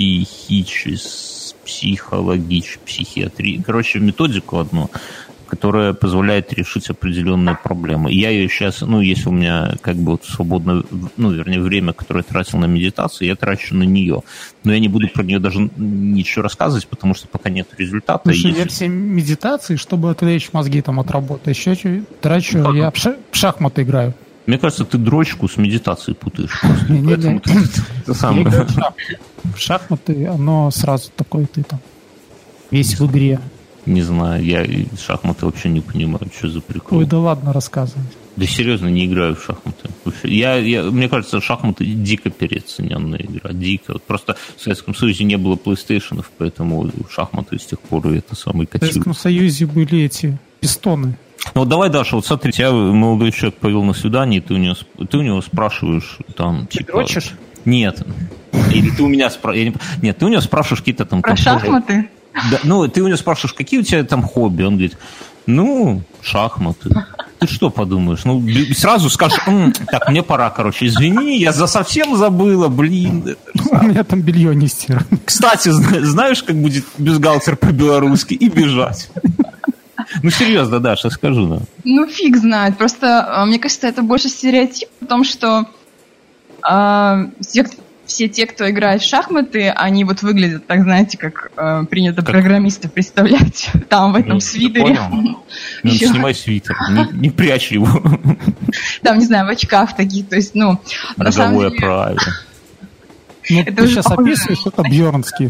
психиатрию, короче, методику одну, которая позволяет решить определенные проблемы. И я ее сейчас, ну, если у меня как бы вот свободное, ну, вернее, время, которое я тратил на медитацию, я трачу на нее. Но я не буду про нее даже ничего рассказывать, потому что пока нет результата. Слушай, я все медитации, чтобы отвлечь мозги там от работы, еще что-то трачу, ну, я в шахматы играю. Мне кажется, ты дрочку с медитацией путаешь. Не. В шахматы оно сразу такое, ты там весь в игре. Не знаю, я шахматы вообще не понимаю, что за прикол. Ой, да ладно, рассказывай. Да серьезно, не играю в шахматы. Мне кажется, шахматы дико переоцененная игра, дико. Вот просто в Советском Союзе не было PlayStation'ов, поэтому шахматы с тех пор это самый катил. В Советском Союзе были эти пистоны. Ну вот давай, Даша, вот смотри, тебя молодой человек повел на свидание, и ты у него спрашиваешь там... Ты дрочишь? Нет. Или ты у меня спрашиваешь... Нет, ты у него спрашиваешь какие-то там... Про шахматы? Да, ну, ты у него спрашиваешь, какие у тебя там хобби? Он говорит, ну, шахматы. Ты что подумаешь? Ну, сразу скажешь, так, мне пора, короче, извини, я совсем забыла, блин. У меня там белье не стирано. Кстати, знаешь, как будет бюстгальтер по-белорусски? И бежать. Ну, серьезно, Даша, скажу, да. Ну, фиг знает. Просто, мне кажется, это больше стереотип о том, что все те, кто играет в шахматы, они вот выглядят так, знаете, как принято программистов представлять. Там, в этом свитере. Ну, снимай свитер, не прячь его. Там, не знаю, в очках таких, то есть, ну... Роговое правило. Ну, ты сейчас описываешь, это Бьернский.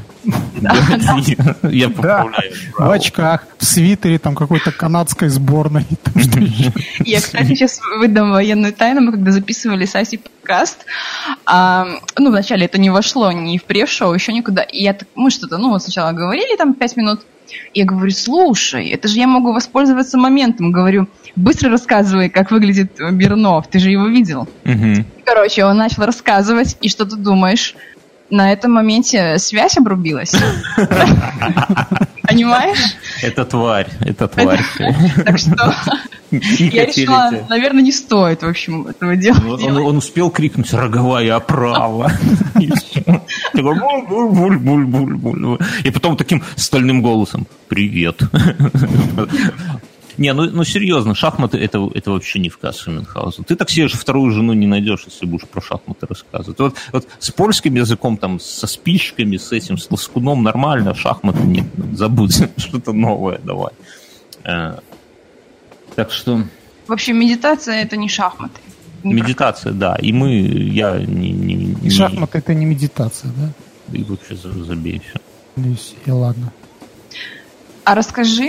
Я поправляю. В очках, в свитере, там какой-то канадской сборной. Я, кстати, сейчас выдам военную тайну. Мы когда записывали с Асей подкаст, ну, вначале это не вошло ни в пресс-шоу, еще никуда. И мы что-то, ну, вот сначала говорили там 5 минут, и я говорю, слушай, это же я могу воспользоваться моментом. Говорю, быстро рассказывай, как выглядит Бернов, ты же его видел. Короче, он начал рассказывать, и что ты думаешь? На этом моменте связь обрубилась. Понимаешь? Это тварь. Так что я решила, наверное, не стоит, в общем, этого делать. Он успел крикнуть «Роговая оправа». Такой буль-буль-буль-буль. И потом таким стальным голосом «Привет». Не, ну серьезно, шахматы это вообще не вказ Мюнхгаузен. Ты так себе же вторую жену не найдешь, если будешь про шахматы рассказывать. Вот с польским языком, там, со спичками, с этим, с лоскуном нормально, а шахматы нет, забудь, что-то новое давай. Так что... В общем, медитация это не шахматы. Медитация, да. И я не... Шахматы это не медитация, да? И вообще забей все. И ладно. А расскажи,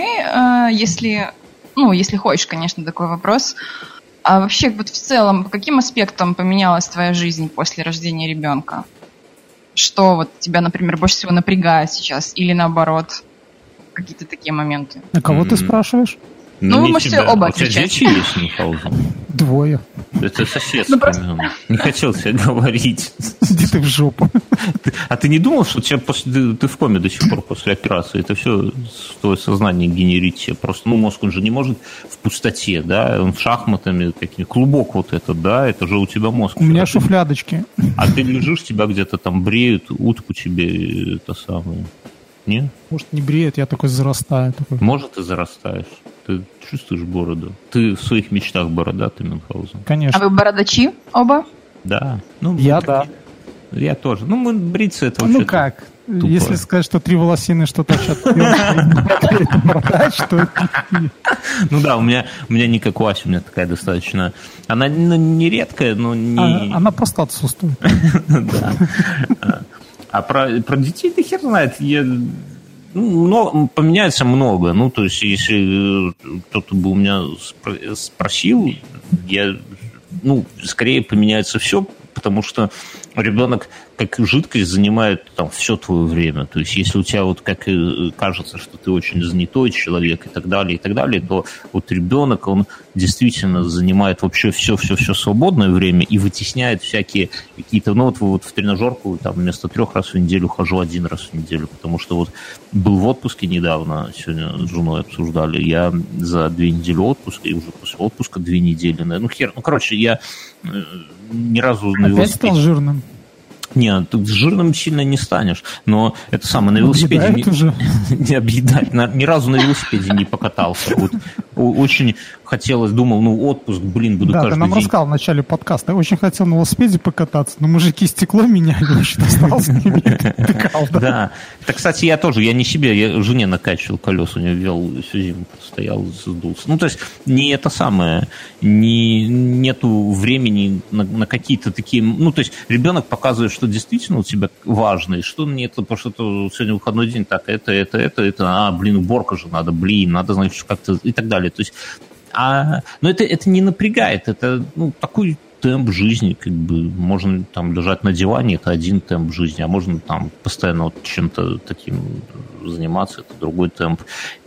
если хочешь, конечно, такой вопрос. А вообще, вот в целом, по каким аспектам поменялась твоя жизнь после рождения ребенка? Что вот тебя, например, больше всего напрягает сейчас? Или наоборот, какие-то такие моменты? А кого ты спрашиваешь? Ну, вы можете оба отвечать. У тебя дети есть, Мюнхгаузен? 2. Это сосед вспоминал. Не хотел тебе говорить. Иди ты в жопу. А ты не думал, что ты в коме до сих пор после операции? Это все твое сознание генерит себе. Просто, мозг, он же не может в пустоте, да? Он шахматами, клубок вот этот, да? Это же у тебя мозг. У меня шуфлядочки. А ты лежишь, тебя где-то там бреют, утку тебе, это самое. Нет? Может, не бреют, я такой зарастаю. Может, ты зарастаешь. Ты чувствуешь бороду? Ты в своих мечтах бородатый, Мюнхгаузен. Конечно. А вы бородачи оба? Да. Я да. Я тоже. Мы бриться это вообще. Ну как? Тупо. Если сказать, что 3 волосины что-то от бородач, то... Ну да, у меня не как у Аси, у меня такая достаточно... Она не редкая, но не... Она просто отсутствует. Да. А про детей ты хер знает. Поменяется много. Ну, то есть, если кто-то бы у меня спросил, скорее поменяется все, потому что ребенок как жидкость занимает там все твое время. То есть, если у тебя вот как кажется, что ты очень занятой человек и так далее, то вот ребенок, он действительно занимает вообще все свободное время и вытесняет всякие какие-то... Ну, вот в тренажерку там вместо 3 раз в неделю хожу 1 раз в неделю, потому что вот был в отпуске недавно, сегодня с женой обсуждали, я за 2 недели отпуска, и уже после отпуска 2 недели, я ни разу на велосипеде... Опять стал жирным? Нет, тут жирным сильно не станешь, но это самое, на велосипеде не объедать, ни разу на велосипеде не покатался. Вот, очень хотелось, думал, отпуск, буду каждый день. Да, ты нам рассказал в начале подкаста, я очень хотел на велосипеде покататься, но мужики стекло меняли, очень остался, тыкал, да. Да, это, кстати, я тоже, я не себе, я жене накачивал колеса, у нее вел всю зиму, стоял, сдулся. Ну, то есть, не это самое, нету времени на какие-то такие, то есть, ребенок показывает, что действительно у тебя важно, и что нет, потому что сегодня выходной день, так, это, уборка же надо, значит, как-то и так далее. То есть, но это не напрягает, это, такой темп жизни, можно там лежать на диване, это один темп жизни, а можно там постоянно чем-то таким заниматься, это другой темп.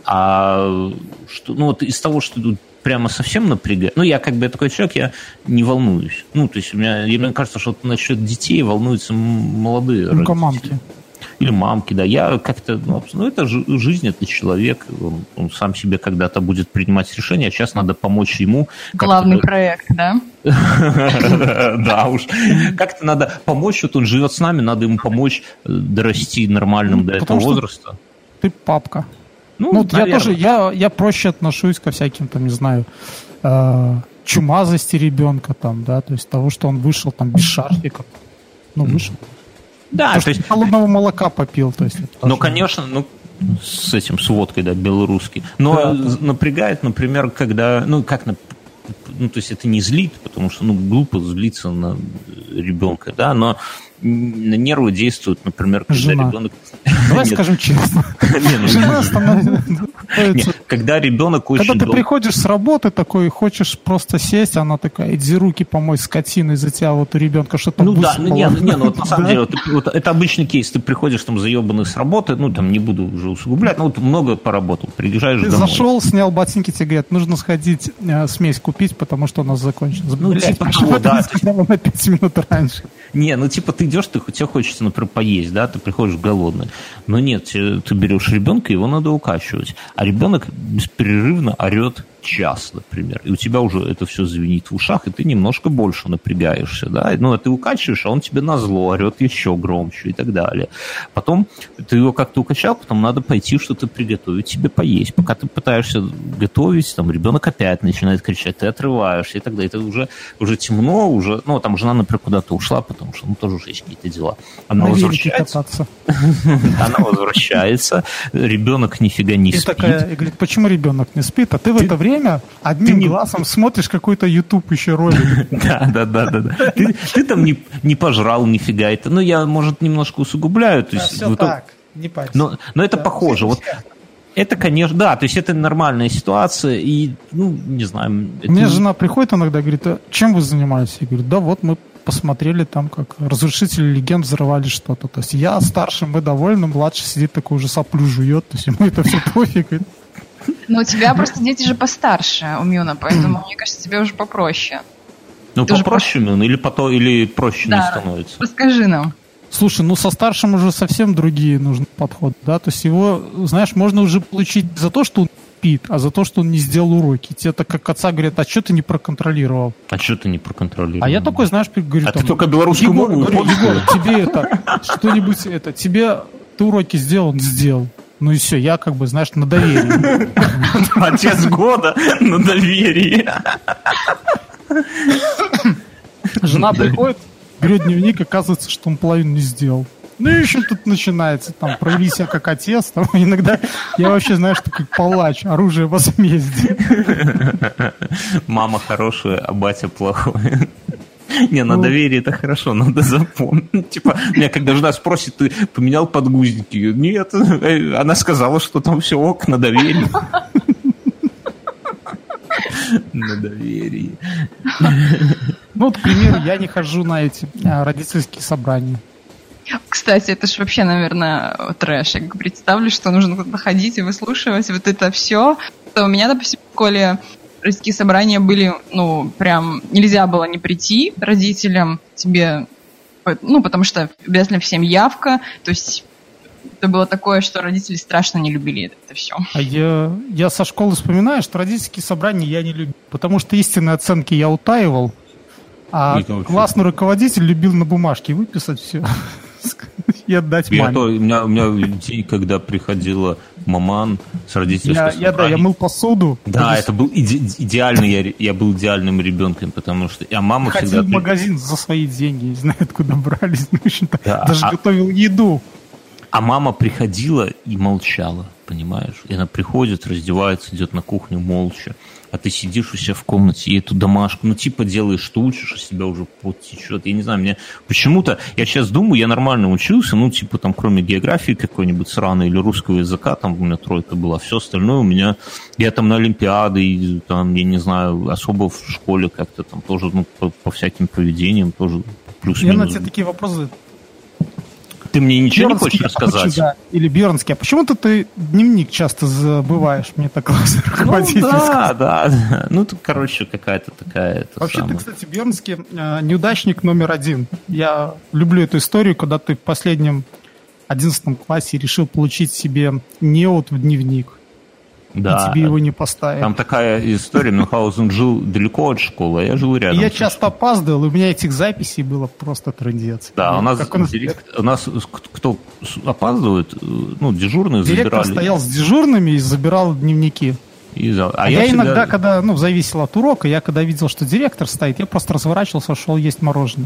Из того, что тут прямо совсем напрягает. Я такой человек, я не волнуюсь. То есть мне кажется, что насчет детей волнуются молодые родители. Мамки. Или мамки, да. Я как-то, это жизнь, это человек, он сам себе когда-то будет принимать решения, а сейчас надо помочь ему. Главный проект, да? Да уж. Как-то надо помочь, он живет с нами, надо ему помочь дорасти нормальным до этого возраста. Ты папка. Я проще отношусь ко всяким, там, не знаю, чумазости ребенка, там, да, то есть того, что он вышел там без шарфиков. Вышел. Да, то есть холодного молока попил, то есть. Конечно, с водкой, да, белорусский. Но напрягает, например, когда, то есть это не злит, потому что, глупо злиться на ребенка, да, но на нервы действует, например, когда ребенок... Давай скажем честно. Жена становится... Когда ребенок очень... Когда ты приходишь с работы такой, хочешь просто сесть, она такая, иди руки помой, скотина, из-за тебя вот у ребенка что-то на самом деле, это обычный кейс. Ты приходишь там заебанный с работы, не буду уже усугублять, много поработал, приезжаешь домой. Ты зашел, снял ботинки, тебе говорят, нужно сходить смесь купить, потому что у нас закончилось. Почему, да. На 5 минут раньше. Ты идешь, тебе хочется, например, поесть, да, ты приходишь голодный. Но нет, ты берешь ребенка, его надо укачивать. А ребенок беспрерывно орет час, например, и у тебя уже это все звенит в ушах, и ты немножко больше напрягаешься, да, ты укачиваешь, а он тебе назло орет еще громче и так далее. Потом ты его как-то укачал, потом надо пойти что-то приготовить себе поесть. Пока ты пытаешься готовить, там ребенок опять начинает кричать, ты отрываешься и так далее. Это уже темно, уже, там жена, например, куда-то ушла, потому что, тоже уже есть какие-то дела. Она возвращается, ребенок нифига не спит. И говорит, почему ребенок не спит, а ты в это время одним глазом смотришь какой-то YouTube еще ролик. Да. Ты там не пожрал нифига. Это, я, может, немножко усугубляю. Все так, не парься. Но это похоже. Вот это, конечно, да, то есть это нормальная ситуация, и, не знаю. У меня жена приходит иногда и говорит, чем вы занимаетесь? Я говорю, да вот мы посмотрели там, как разрушители легенд взрывали что-то. То есть я старший, мы довольны, младший сидит такой уже соплю жует, то есть ему это все пофиг. Но у тебя просто дети же постарше у Мюна, поэтому, мне кажется, тебе уже попроще. Ну, попроще Мюн или проще не становится? Расскажи нам. Слушай, ну со старшим уже совсем другие нужны подходы, да? То есть его, знаешь, можно уже получить за то, что он спит, а за то, что он не сделал уроки. Тебе так как отца говорят, а что ты не проконтролировал? А что ты не проконтролировал? А я такой, знаешь, говорю, ты только белорусскую мову? Егор, тебе что-нибудь ты уроки сделал? Сделал. Ну и все, я как бы, знаешь, на доверии. Отец года на доверии. Жена приходит, берет дневник, оказывается, что он половину не сделал. Ну и еще тут начинается, там, прояви себя как отец, там, иногда я вообще, знаешь, что как палач, оружие возмездия. Мама хорошая, а батя плохой. Не, на доверие это хорошо, надо запомнить. Типа, меня когда жена спросит, ты поменял подгузники? Нет, она сказала, что там все ок, на доверие. На доверии. Ну, вот, к примеру, я не хожу на эти родительские собрания. Кстати, это же вообще, наверное, трэш. Я представлю, что нужно куда-то ходить и выслушивать вот это все. У меня, допустим, в школе родительские собрания были, ну, прям нельзя было не прийти родителям тебе, ну, потому что обязательно всем явка. То есть это было такое, что родители страшно не любили это все. А я со школы вспоминаю, что родительские собрания я не любил, потому что истинные оценки я утаивал, а классный руководитель любил на бумажке выписать все и отдать маме. У меня день, когда приходила маман с родительской собранием. Я мыл посуду. Да, это был идеальный, я был идеальным ребенком, потому что мама ходил всегда... в магазин за свои деньги, не знаю, откуда брались, да, даже готовил еду. А мама приходила и молчала, понимаешь? И она приходит, раздевается, идет на кухню молча. А ты сидишь у себя в комнате и эту домашку, ну, типа делаешь, что учишь, а себя уже пот течет. Я не знаю, мне почему-то, я сейчас думаю, я нормально учился, ну, типа там, кроме географии какой-нибудь сраной или русского языка, там у меня тройка была, все остальное у меня, я там на олимпиады, и, там, я не знаю, особо в школе как-то там тоже, ну, по всяким поведениям тоже плюс-минус. Я на тебя такие вопросы... Ты мне ничего не хочешь рассказать? Да. Или Бёрнский. А почему-то ты дневник часто забываешь? Мне так классно руководитель сказал. Да. Ну, тут, короче, какая-то такая... Вообще, ты, кстати, Бёрнский неудачник номер один. Я люблю эту историю, когда ты в последнем 11 классе решил получить себе неуд в дневник. Да. И тебе его не поставили. Там такая история, Мюнхгаузен жил далеко от школы, а я жил рядом. И я часто опаздывал, и у меня этих записей было просто трындец. Да, у нас кто опаздывает, ну, дежурные забирали. Директор стоял с дежурными и забирал дневники. А я иногда, когда, ну, зависело от урока, я когда видел, что директор стоит, я просто разворачивался, шел есть мороженое.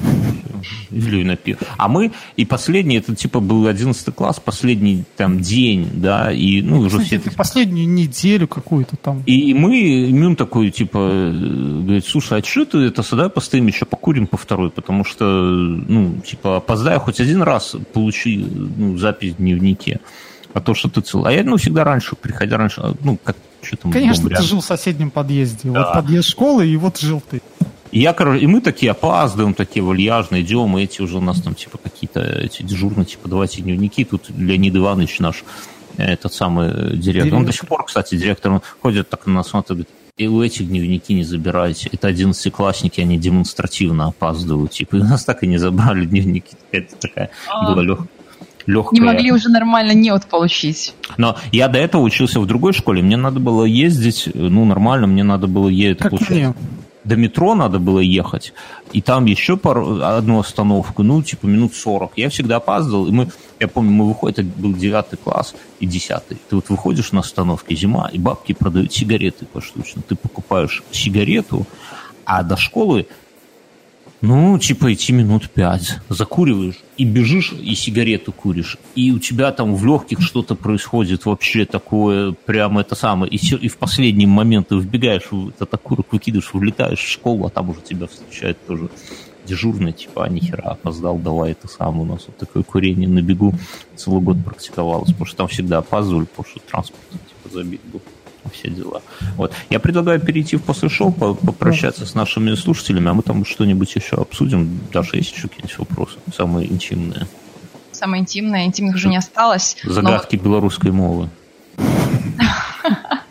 А мы, и последний, это типа был 11 класс, последний там день, да, и, ну, уже все... Последнюю неделю какую-то там. И мы, Мюн такой, типа, говорит, слушай, а что ты это сюда постоим, еще покурим по второй, потому что, ну, типа, опоздаю хоть один раз, получи, ну, запись в дневнике, а то, что ты цел. А я, ну, всегда раньше, приходя раньше, ну, как, что там... Конечно, ты жил в соседнем подъезде, да. Вот подъезд школы, и вот жил ты. И мы такие опаздываем, такие вальяжные, идем, и эти уже у нас там типа какие-то эти дежурные, типа давайте дневники. Тут Леонид Иванович наш, этот самый директор. Он до сих пор, кстати, директор, он ходит так на нас, говорит, и у этих дневники не забирайте. Это 11-классники, они демонстративно опаздывают. Типа, и у нас так и не забрали дневники. Это такая была легкая. Не могли уже нормально неуд получить. Но я до этого учился в другой школе, мне надо было ездить, ну, нормально, мне надо было ездить. Как мне? До метро надо было ехать, и там еще одну остановку, ну, типа, минут 40. Я всегда опаздывал, и я помню, мы выходим, это был 9 класс и 10. Ты вот выходишь на остановке, зима, и бабки продают сигареты поштучно. Ты покупаешь сигарету, а до школы, ну, типа, идти минут 5. Закуриваешь, и бежишь, и сигарету куришь. И у тебя там в легких что-то происходит вообще такое, прямо это самое. И в последний момент ты вбегаешь, этот окурок выкидываешь, влетаешь в школу, а там уже тебя встречает тоже дежурный, типа, а нихера, опоздал, давай это самое. У нас вот такое курение на бегу целый год практиковалось, потому что там всегда опаздывали, потому что транспорт, типа, забит был. Все дела. Вот. Я предлагаю перейти в после шоу, попрощаться с нашими слушателями, а мы там что-нибудь еще обсудим. Даже есть еще какие-нибудь вопросы, самые интимные. Самое интимное, интимных уже не осталось. Загадки белорусской мовы.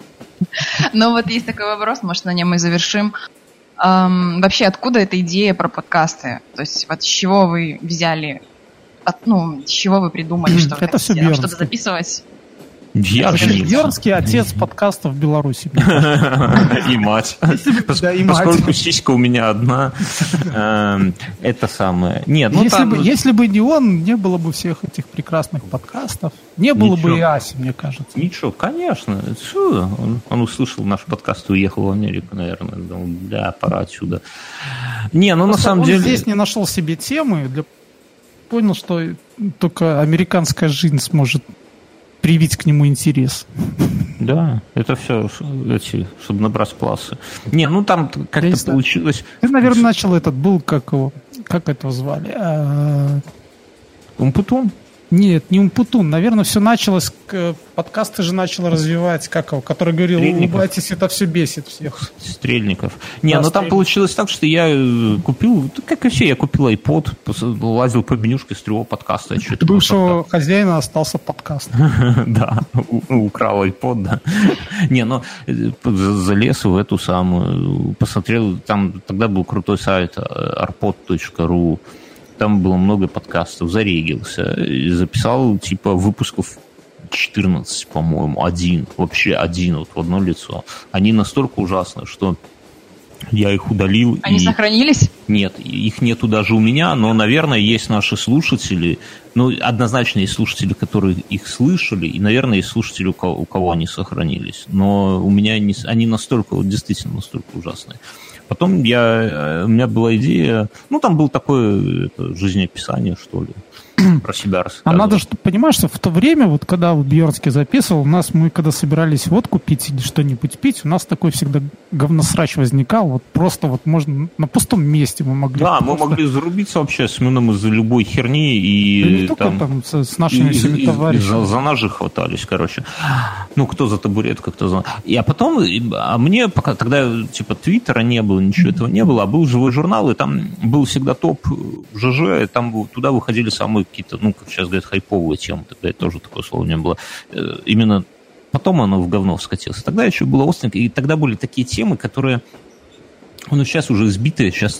Но вот есть такой вопрос, может, на нем и завершим. Вообще, откуда эта идея про подкасты? То есть, вот с чего вы взяли, с чего вы придумали, что вы хотите нам что-то записывать? Я Бьернский отец подкастов в Беларуси. И мать. Поскольку сиська у меня одна, это самое. Нет, если бы не он, не было бы всех этих прекрасных подкастов. Не было бы и Аси, мне кажется. Ничего, конечно. Он услышал наш подкаст и уехал в Америку, наверное. Думал, да, пора отсюда. Не, ну на самом деле... Он здесь не нашел себе темы. Понял, что только американская жизнь сможет привить к нему интерес. Да, это все, чтобы набрать классы. Не, ну там как-то получилось... Ты, наверное, начал как этого звали? Умпутун? Нет, не Умпутун. Наверное, все началось, подкасты же начал развивать, который говорил, улыбайтесь, это все бесит всех. Стрельников. Не, ну там получилось так, что я купил, как и все, я купил iPod, лазил по менюшке с трех подкаста. От бывшего хозяина остался подкаст. Да, украл iPod, да. Не, ну залез в эту самую, посмотрел, там тогда был крутой сайт arpod.ru. Там было много подкастов, зарегился, и записал типа выпусков 14, по-моему, вообще один, вот в одно лицо. Они настолько ужасны, что я их удалил. Они сохранились? Нет, их нету даже у меня, но, наверное, есть наши слушатели, однозначно есть слушатели, которые их слышали, и, наверное, есть слушатели, у кого они сохранились. Но у меня они настолько, действительно настолько ужасные. Потом у меня была идея, там было такое жизнеописание, что ли, про себя рассказывать. А надо, понимаешь, что в то время, вот когда Бьернский записывал, мы когда собирались водку пить или что-нибудь пить, у нас такой всегда говносрач возникал, вот просто вот можно на пустом месте мы могли... Да, мы могли зарубиться вообще с Мином из-за любой херни и... Да не только там с нашими всеми товарищами. За ножи хватались, короче. Кто за табуретку, кто за... А потом, мне пока тогда типа Твиттера не было, ничего этого не было, а был живой журнал, и там был всегда топ ЖЖ, и там туда выходили самые какие-то, как сейчас говорят, хайповые темы, тогда тоже такое слово не было. Именно потом оно в говно скатилось. Тогда еще было остренько, и тогда были такие темы, которые, сейчас уже избитые, сейчас,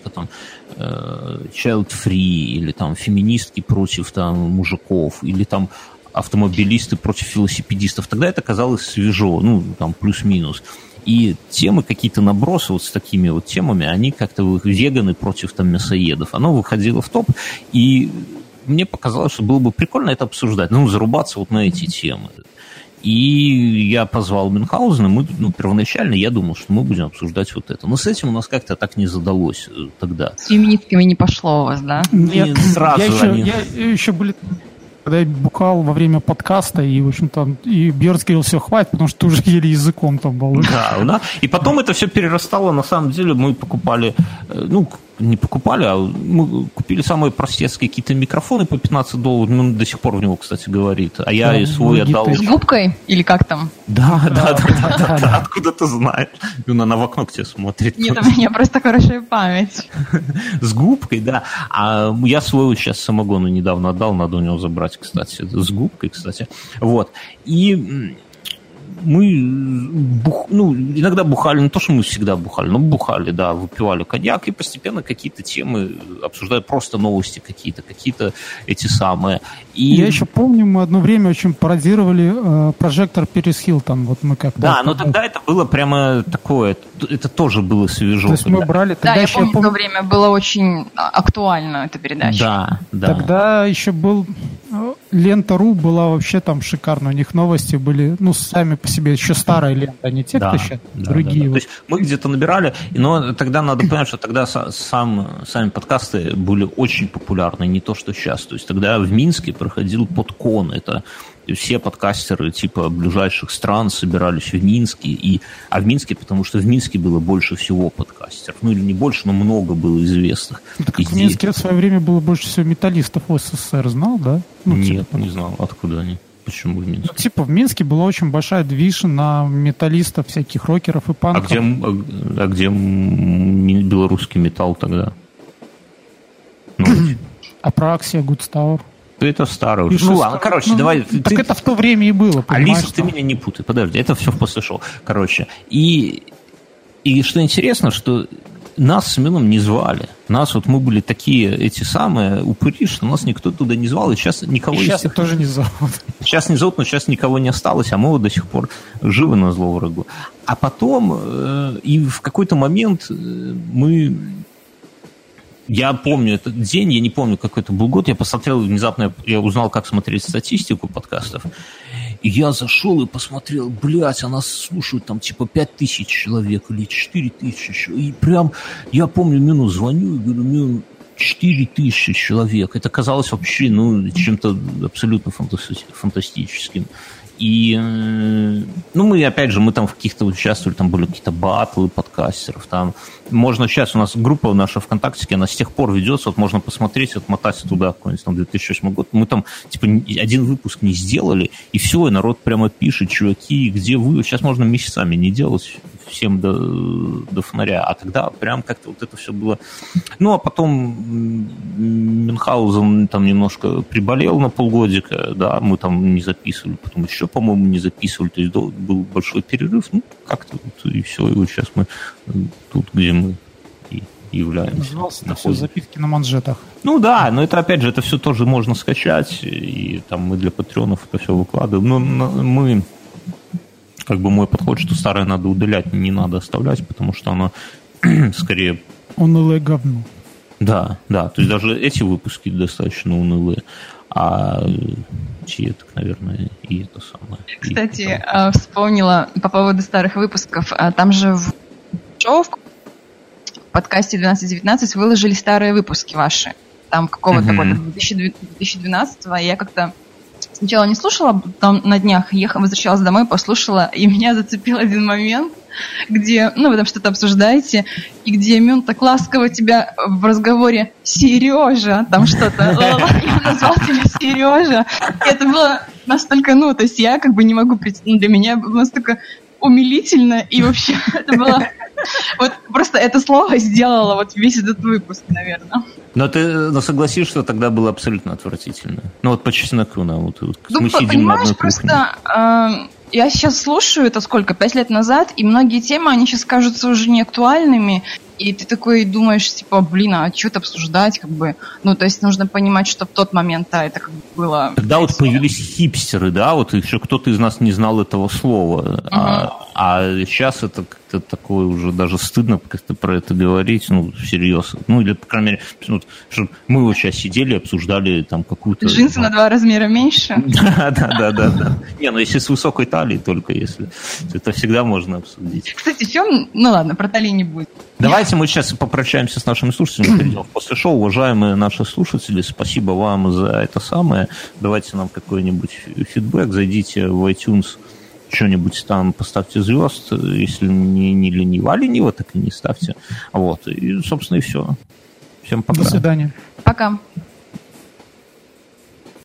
child free, или там феминистки против там мужиков, или там автомобилисты против велосипедистов. Тогда это казалось свежо, плюс-минус. И темы, какие-то набросы вот с такими вот темами, они как-то веганы против там мясоедов. Оно выходило в топ, и мне показалось, что было бы прикольно это обсуждать, зарубаться вот на эти темы. И я позвал Мюнхгаузена, первоначально я думал, что мы будем обсуждать вот это. Но с этим у нас как-то так не задалось тогда. С феминистками не пошло у вас, да? Нет, сразу я еще были... Когда я бухал во время подкаста, и, в общем-то, и Бьернский говорил, все, хватит, потому что ты уже еле языком там был. Да. И потом это все перерастало, на самом деле, мы покупали, не покупали, а мы купили самые простецкие какие-то микрофоны по $15, до сих пор в него, кстати, говорит. А я свой отдал... С губкой? Или как там? Да, откуда ты знаешь? Она в окно к тебе смотрит. Нет, у меня просто хорошая память. С губкой, да. А я свой сейчас самогону недавно отдал, надо у него забрать, кстати. С губкой, кстати. Вот. И... мы иногда бухали, не то, что мы всегда бухали, но бухали, да, выпивали коньяк, и постепенно какие-то темы обсуждали, просто новости какие-то эти самые. И... Я еще помню, мы одно время очень пародировали прожектор Перис Хилтон, вот мы как-то... Да, но тогда это было прямо такое, это тоже было свежо. То есть мы брали... Да, я помню, в то время было очень актуально эта передача. Да. Тогда еще был... Лента.ру была вообще там шикарная, у них новости были, сами по себе, еще старая лента, а не те, кто сейчас другие. Да. То есть мы где-то набирали, но тогда надо понять, что тогда сами подкасты были очень популярны, не то, что сейчас. То есть тогда в Минске проходил подкон, это все подкастеры типа ближайших стран собирались в Минске, а в Минске, потому что в Минске было больше всего подкастеров, или не больше, но много было известных. Так в Минске в свое время было больше всего металлистов в СССР, знал, да? Нет, не знал, откуда они. Почему в Минске? В Минске была очень большая движа на металлистов, всяких рокеров и панков. А где белорусский металл тогда? Апраксия, Гудстауэр. Это старое уже. Ну ладно, короче, давай. Так это в то время и было, понимаешь? Алиса, ты меня не путай, подожди, это все после шоу. Короче, и что интересно, что нас с Семеном не звали. Нас вот мы были такие, эти самые упыри, что нас никто туда не звал, и сейчас никого сейчас тоже не зовут. Сейчас не зовут, но сейчас никого не осталось, а мы вот до сих пор живы на зло врагу. А потом, и в какой-то момент я помню этот день, я не помню, какой это был год, я посмотрел, внезапно я узнал, как смотреть статистику подкастов, и я зашел и посмотрел, блядь, а нас слушают там типа 5000 человек или 4000, и прям, я помню, Мину звоню и говорю, 4000 человек, это казалось вообще, чем-то абсолютно фантастическим. И, мы, опять же, мы там в каких-то участвовали, там были какие-то батлы подкастеров, там можно сейчас, у нас группа наша ВКонтакте, она с тех пор ведется, вот можно посмотреть, отмотать туда какой-нибудь там 2008 год, мы там, типа, один выпуск не сделали, и все, и народ прямо пишет, чуваки, где вы, сейчас можно месяцами не делать, всем до фонаря, а тогда прям как-то вот это все было. А потом Мюнхгаузен там немножко приболел на полгодика, да, мы там не записывали, потом еще, по-моему, не записывали, то есть был большой перерыв, как-то вот, и все, и вот сейчас мы тут, где мы и являемся. Назывался это все записки на манжетах. Да, но это, опять же, это все тоже можно скачать, и там мы для патреонов это все выкладываем, мы мой подход, что старое надо удалять, не надо оставлять, потому что оно скорее... Унылое говно. Да, то есть даже эти выпуски достаточно унылые, а те, так, наверное, и это самое. Кстати, вспомнила по поводу старых выпусков, там же в шоу, в подкасте 12.19 выложили старые выпуски ваши, там какого-то года, 2012-го, я как-то сначала не слушала, потом на днях возвращалась домой, послушала, и меня зацепил один момент, где, вы там что-то обсуждаете, и где Мюн так ласково тебя в разговоре «Сережа», там что-то, я назвал тебя «Сережа», и это было настолько, то есть я не могу представить, для меня было настолько умилительно, и вообще это было... Вот просто это слово сделало вот весь этот выпуск, наверное. Но ты согласишься, что тогда было абсолютно отвратительно. по чесноку нам. Мы сидим понимаешь, на одной просто я сейчас слушаю, это сколько, 5 лет назад, и многие темы, они сейчас кажутся уже не актуальными, и ты такой думаешь, типа, а что это обсуждать, то есть нужно понимать, что в тот момент, это было... Тогда вот появились хипстеры, да, вот еще кто-то из нас не знал этого слова, а сейчас это как-то такое уже даже стыдно как-то про это говорить, всерьез. Или, по крайней мере, чтобы мы вот сейчас сидели, обсуждали там какую-то... Джинсы на 2 размера меньше? Да. Если с высокой талией только, если. Это всегда можно обсудить. Кстати, в чем... ладно, про талии не будет. Давайте мы сейчас попрощаемся с нашими слушателями, перейдем в после шоу. Уважаемые наши слушатели, спасибо вам за это самое. Давайте нам какой-нибудь фидбэк, зайдите в iTunes, что-нибудь там поставьте звезд, если не лениво, так и не ставьте. И, собственно, и все. Всем пока. До свидания. Пока.